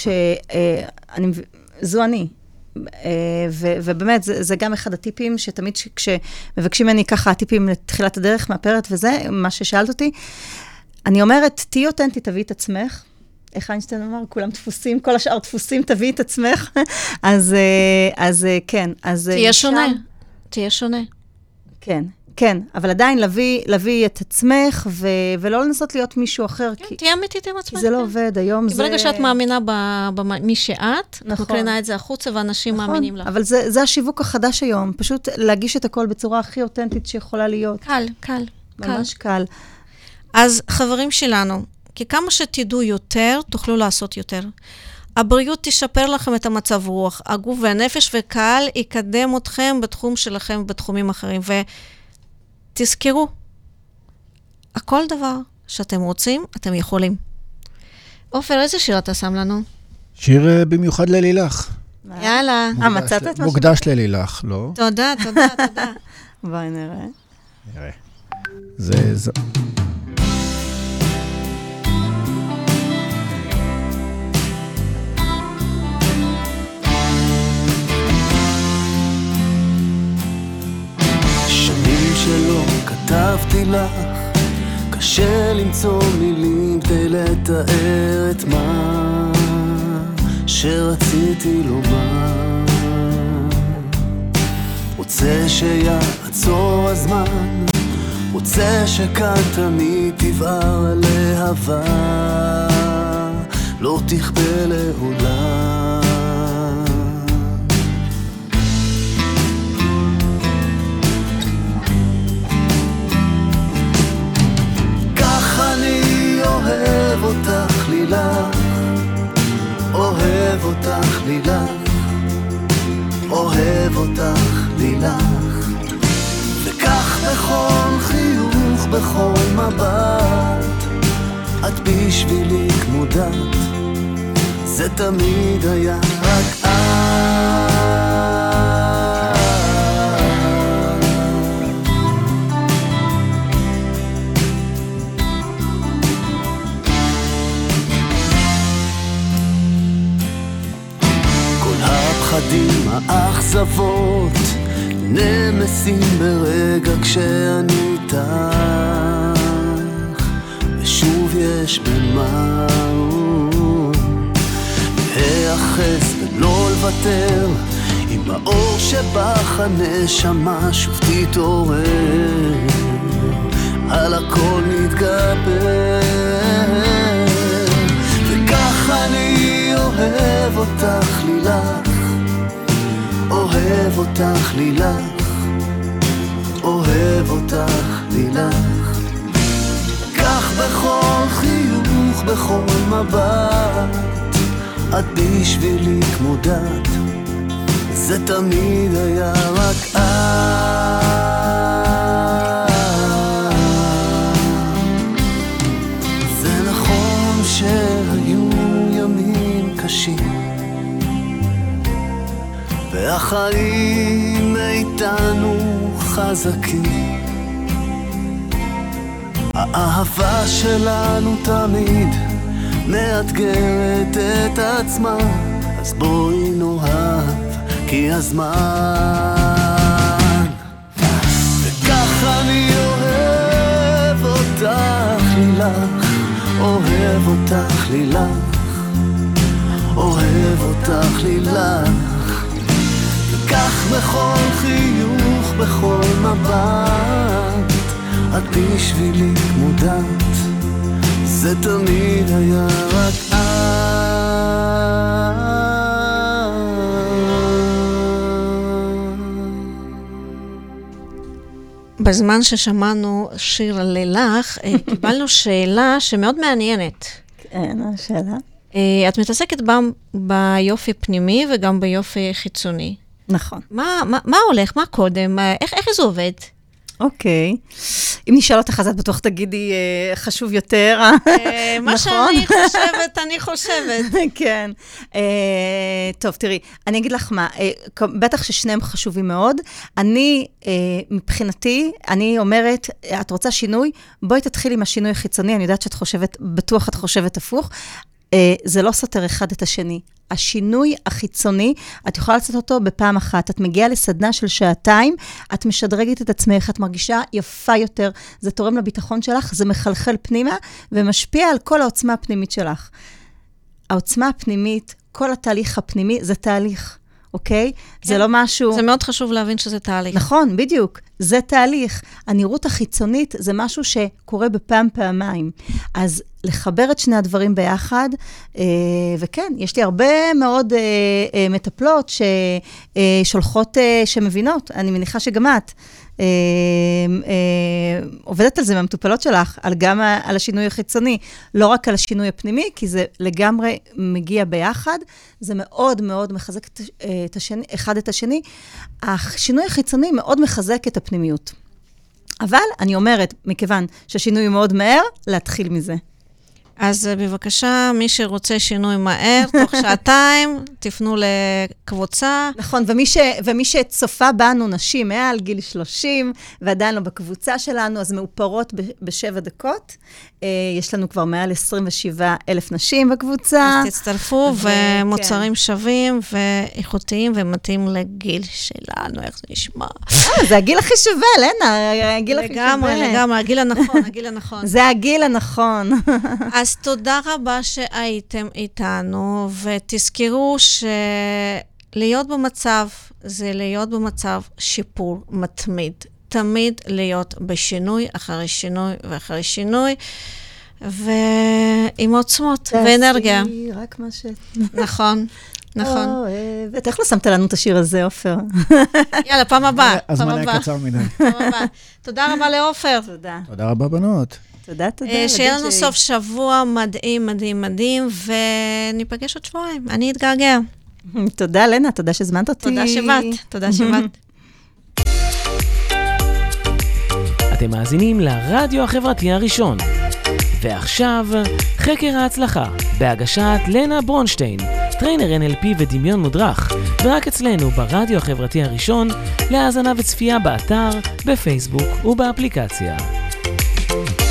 Speaker 3: זו אני. ובאמת, זה גם אחד הטיפים שתמיד כשמבקשים ממני ככה, הטיפים לתחילת הדרך מהפרט וזה, מה ששאלת אותי, אני אומרת, תהי אותנטית, תביאי את עצמך. איך איינשטיין אמר? כולם דפוסים, כל השאר דפוסים, תביאי את עצמך. אז כן.
Speaker 2: תהיה שונה.
Speaker 3: כן. כן, אבל עדיין להביא את עצמך, ולא לנסות להיות מישהו אחר.
Speaker 2: כן, תהיה אמיתית עם עצמך.
Speaker 3: זה לא עובד, היום זה...
Speaker 2: כי ברגע שאת מאמינה במי שאת, את מקרינה את זה החוצה, ואנשים מאמינים לך.
Speaker 3: אבל זה השיווק החדש היום, פשוט להגיש את הכל בצורה הכי אותנטית שיכולה להיות.
Speaker 2: קל.
Speaker 3: ממש קל.
Speaker 2: אז חברים שלנו, כי כמה שתדעו יותר, תוכלו לעשות יותר. הבריאות תשפר לכם את המצב רוח, הגוף והנפש, וקהל יקדם אתכם בתחום שלכם, בתחומים אחרים. תזכרו, הכל דבר שאתם רוצים, אתם יכולים. עופר, איזה שיר אתה שם לנו?
Speaker 4: שיר במיוחד ללילך.
Speaker 2: יאללה.
Speaker 3: מצאת את משהו?
Speaker 4: מוקדש ללילך, לא?
Speaker 2: תודה.
Speaker 3: בואי נראה.
Speaker 4: נראה. זה...
Speaker 6: שלא כתבתי לך, קשה למצוא מילים כדי לתאר את מה שרציתי לומר. רוצה שיעצור הזמן, רוצה שכאן תמיד תבער להבה, לא תכבה לעולם. אוהב אותך לילך, אוהב אותך לילך, אוהב אותך לילך, וכך בכל חיוך, בכל מבט, את בשבילי כמו דת, זה תמיד היה רק את. הפחדים, האכזבות, נמסים ברגע כשאני איתך, ושוב יש במה להיאחז ולא לוותר, עם האור שבך הנשמה שוב תתעורר, על הכל נתגבר, וכך אני אוהב אותך לילך, אוהב אותך לילך, אוהב אותך לילך, כך בכל חיוך, בכל מבט, את בשבילי כמו דת, זה תמיד היה רק את. זה נכון שהיו החיים איתנו חזקים, האהבה שלנו תמיד מאתגרת את עצמה, אז בואי נאהב כי הזמן. וכך אני אוהב אותך לילך, אוהב אותך לילך, אוהב אותך לילך, וכך בכל חיוך, בכל מבט, את בשבילי כמו דת, זה תמיד היה רק את.
Speaker 2: בזמן ששמענו שיר על לילך, קיבלנו שאלה שמאוד מעניינת.
Speaker 3: כן, השאלה.
Speaker 2: את מתעסקת ביופי פנימי וגם ביופי חיצוני.
Speaker 3: נכון.
Speaker 2: מה הולך? מה קודם? איך זה עובד?
Speaker 3: אוקיי. אם נשאל אותך, אז את בטוח תגידי חשוב יותר.
Speaker 2: מה שאני חושבת, אני חושבת.
Speaker 3: כן. טוב, תראי, אני אגיד לך מה, בטח ששניהם חשובים מאוד. אני, מבחינתי, אני אומרת, את רוצה שינוי? בואי תתחיל עם השינוי החיצוני, אני יודעת שאת חושבת, בטוח את חושבת הפוך. זה לא סותר אחד את השני. השינוי החיצוני, את יכולה לעשות אותו בפעם אחת. את מגיעה לסדנה של 2 שעתיים, את משדרגת את עצמך, את מרגישה יפה יותר, זה תורם לביטחון שלך, זה מחלחל פנימה, ומשפיע על כל העוצמה הפנימית שלך. העוצמה הפנימית, כל התהליך הפנימי, זה תהליך, אוקיי? כן. זה לא משהו...
Speaker 2: זה מאוד חשוב להבין שזה תהליך.
Speaker 3: נכון, בדיוק. זה תהליך. הנראות החיצונית זה משהו שקורה פעמיים. אז לחבר את שני הדברים ביחד, וכן, יש לי הרבה מאוד מטפלות ששולחות, שמבינות, אני מניחה שגם את, עובדת על זה מהמטופלות שלך, גם על השינוי החיצוני, לא רק על השינוי הפנימי, כי זה לגמרי מגיע ביחד, זה מאוד מאוד מחזק את השני, אחד את השני. השינוי החיצוני מאוד מחזק את הפנימיות. אבל אני אומרת, מכיוון שהשינוי מאוד מהר, להתחיל מזה.
Speaker 2: אז בבקשה, מי שרוצה שינוי מהר, תוך 2 שעתיים, תפנו לקבוצה.
Speaker 3: נכון, ומי שצופה בנו נשים מעל גיל 30, ועדיין לא בקבוצה שלנו, אז מאופרות ב7 דקות. יש לנו כבר מעל 27,000 נשים בקבוצה.
Speaker 2: אז תצטרפו, ומוצרים שווים ואיכותיים, ומתאים לגיל שלנו, איך זה נשמע.
Speaker 3: זה הגיל הכי שווה, לנה, הגיל הכי שווה.
Speaker 2: לגמרי, הגיל הנכון.
Speaker 3: זה הגיל הנכון.
Speaker 2: אז תודה רבה שהייתם איתנו, ותזכרו שלהיות במצב, זה להיות במצב שיפור מתמיד. תמיד להיות בשינוי, אחרי שינוי ואחרי שינוי, ועם עוצמות ואנרגיה.
Speaker 3: רק מה ש...
Speaker 2: נכון.
Speaker 3: איך לא שמת לנו את השיר הזה, עופר?
Speaker 2: יאללה, פעם הבאה.
Speaker 4: הזמן היה קצר מדי.
Speaker 2: תודה רבה לעופר.
Speaker 4: תודה רבה, בנות.
Speaker 3: תודה.
Speaker 2: שיהיה לנו סוף שבוע מדהים, וניפגש עוד שבועיים. אני אתגעגע.
Speaker 3: תודה, לנה, תודה שהזמנת אותי.
Speaker 2: תודה שבאת.
Speaker 1: אתם מאזינים לרדיו החברתי הראשון. ועכשיו, חקר ההצלחה, בהגשת לנה ברונשטיין, טריינר NLP ודמיון מודרך, ורק אצלנו ברדיו החברתי הראשון, להאזנה וצפייה באתר, בפייסבוק ובאפליקציה.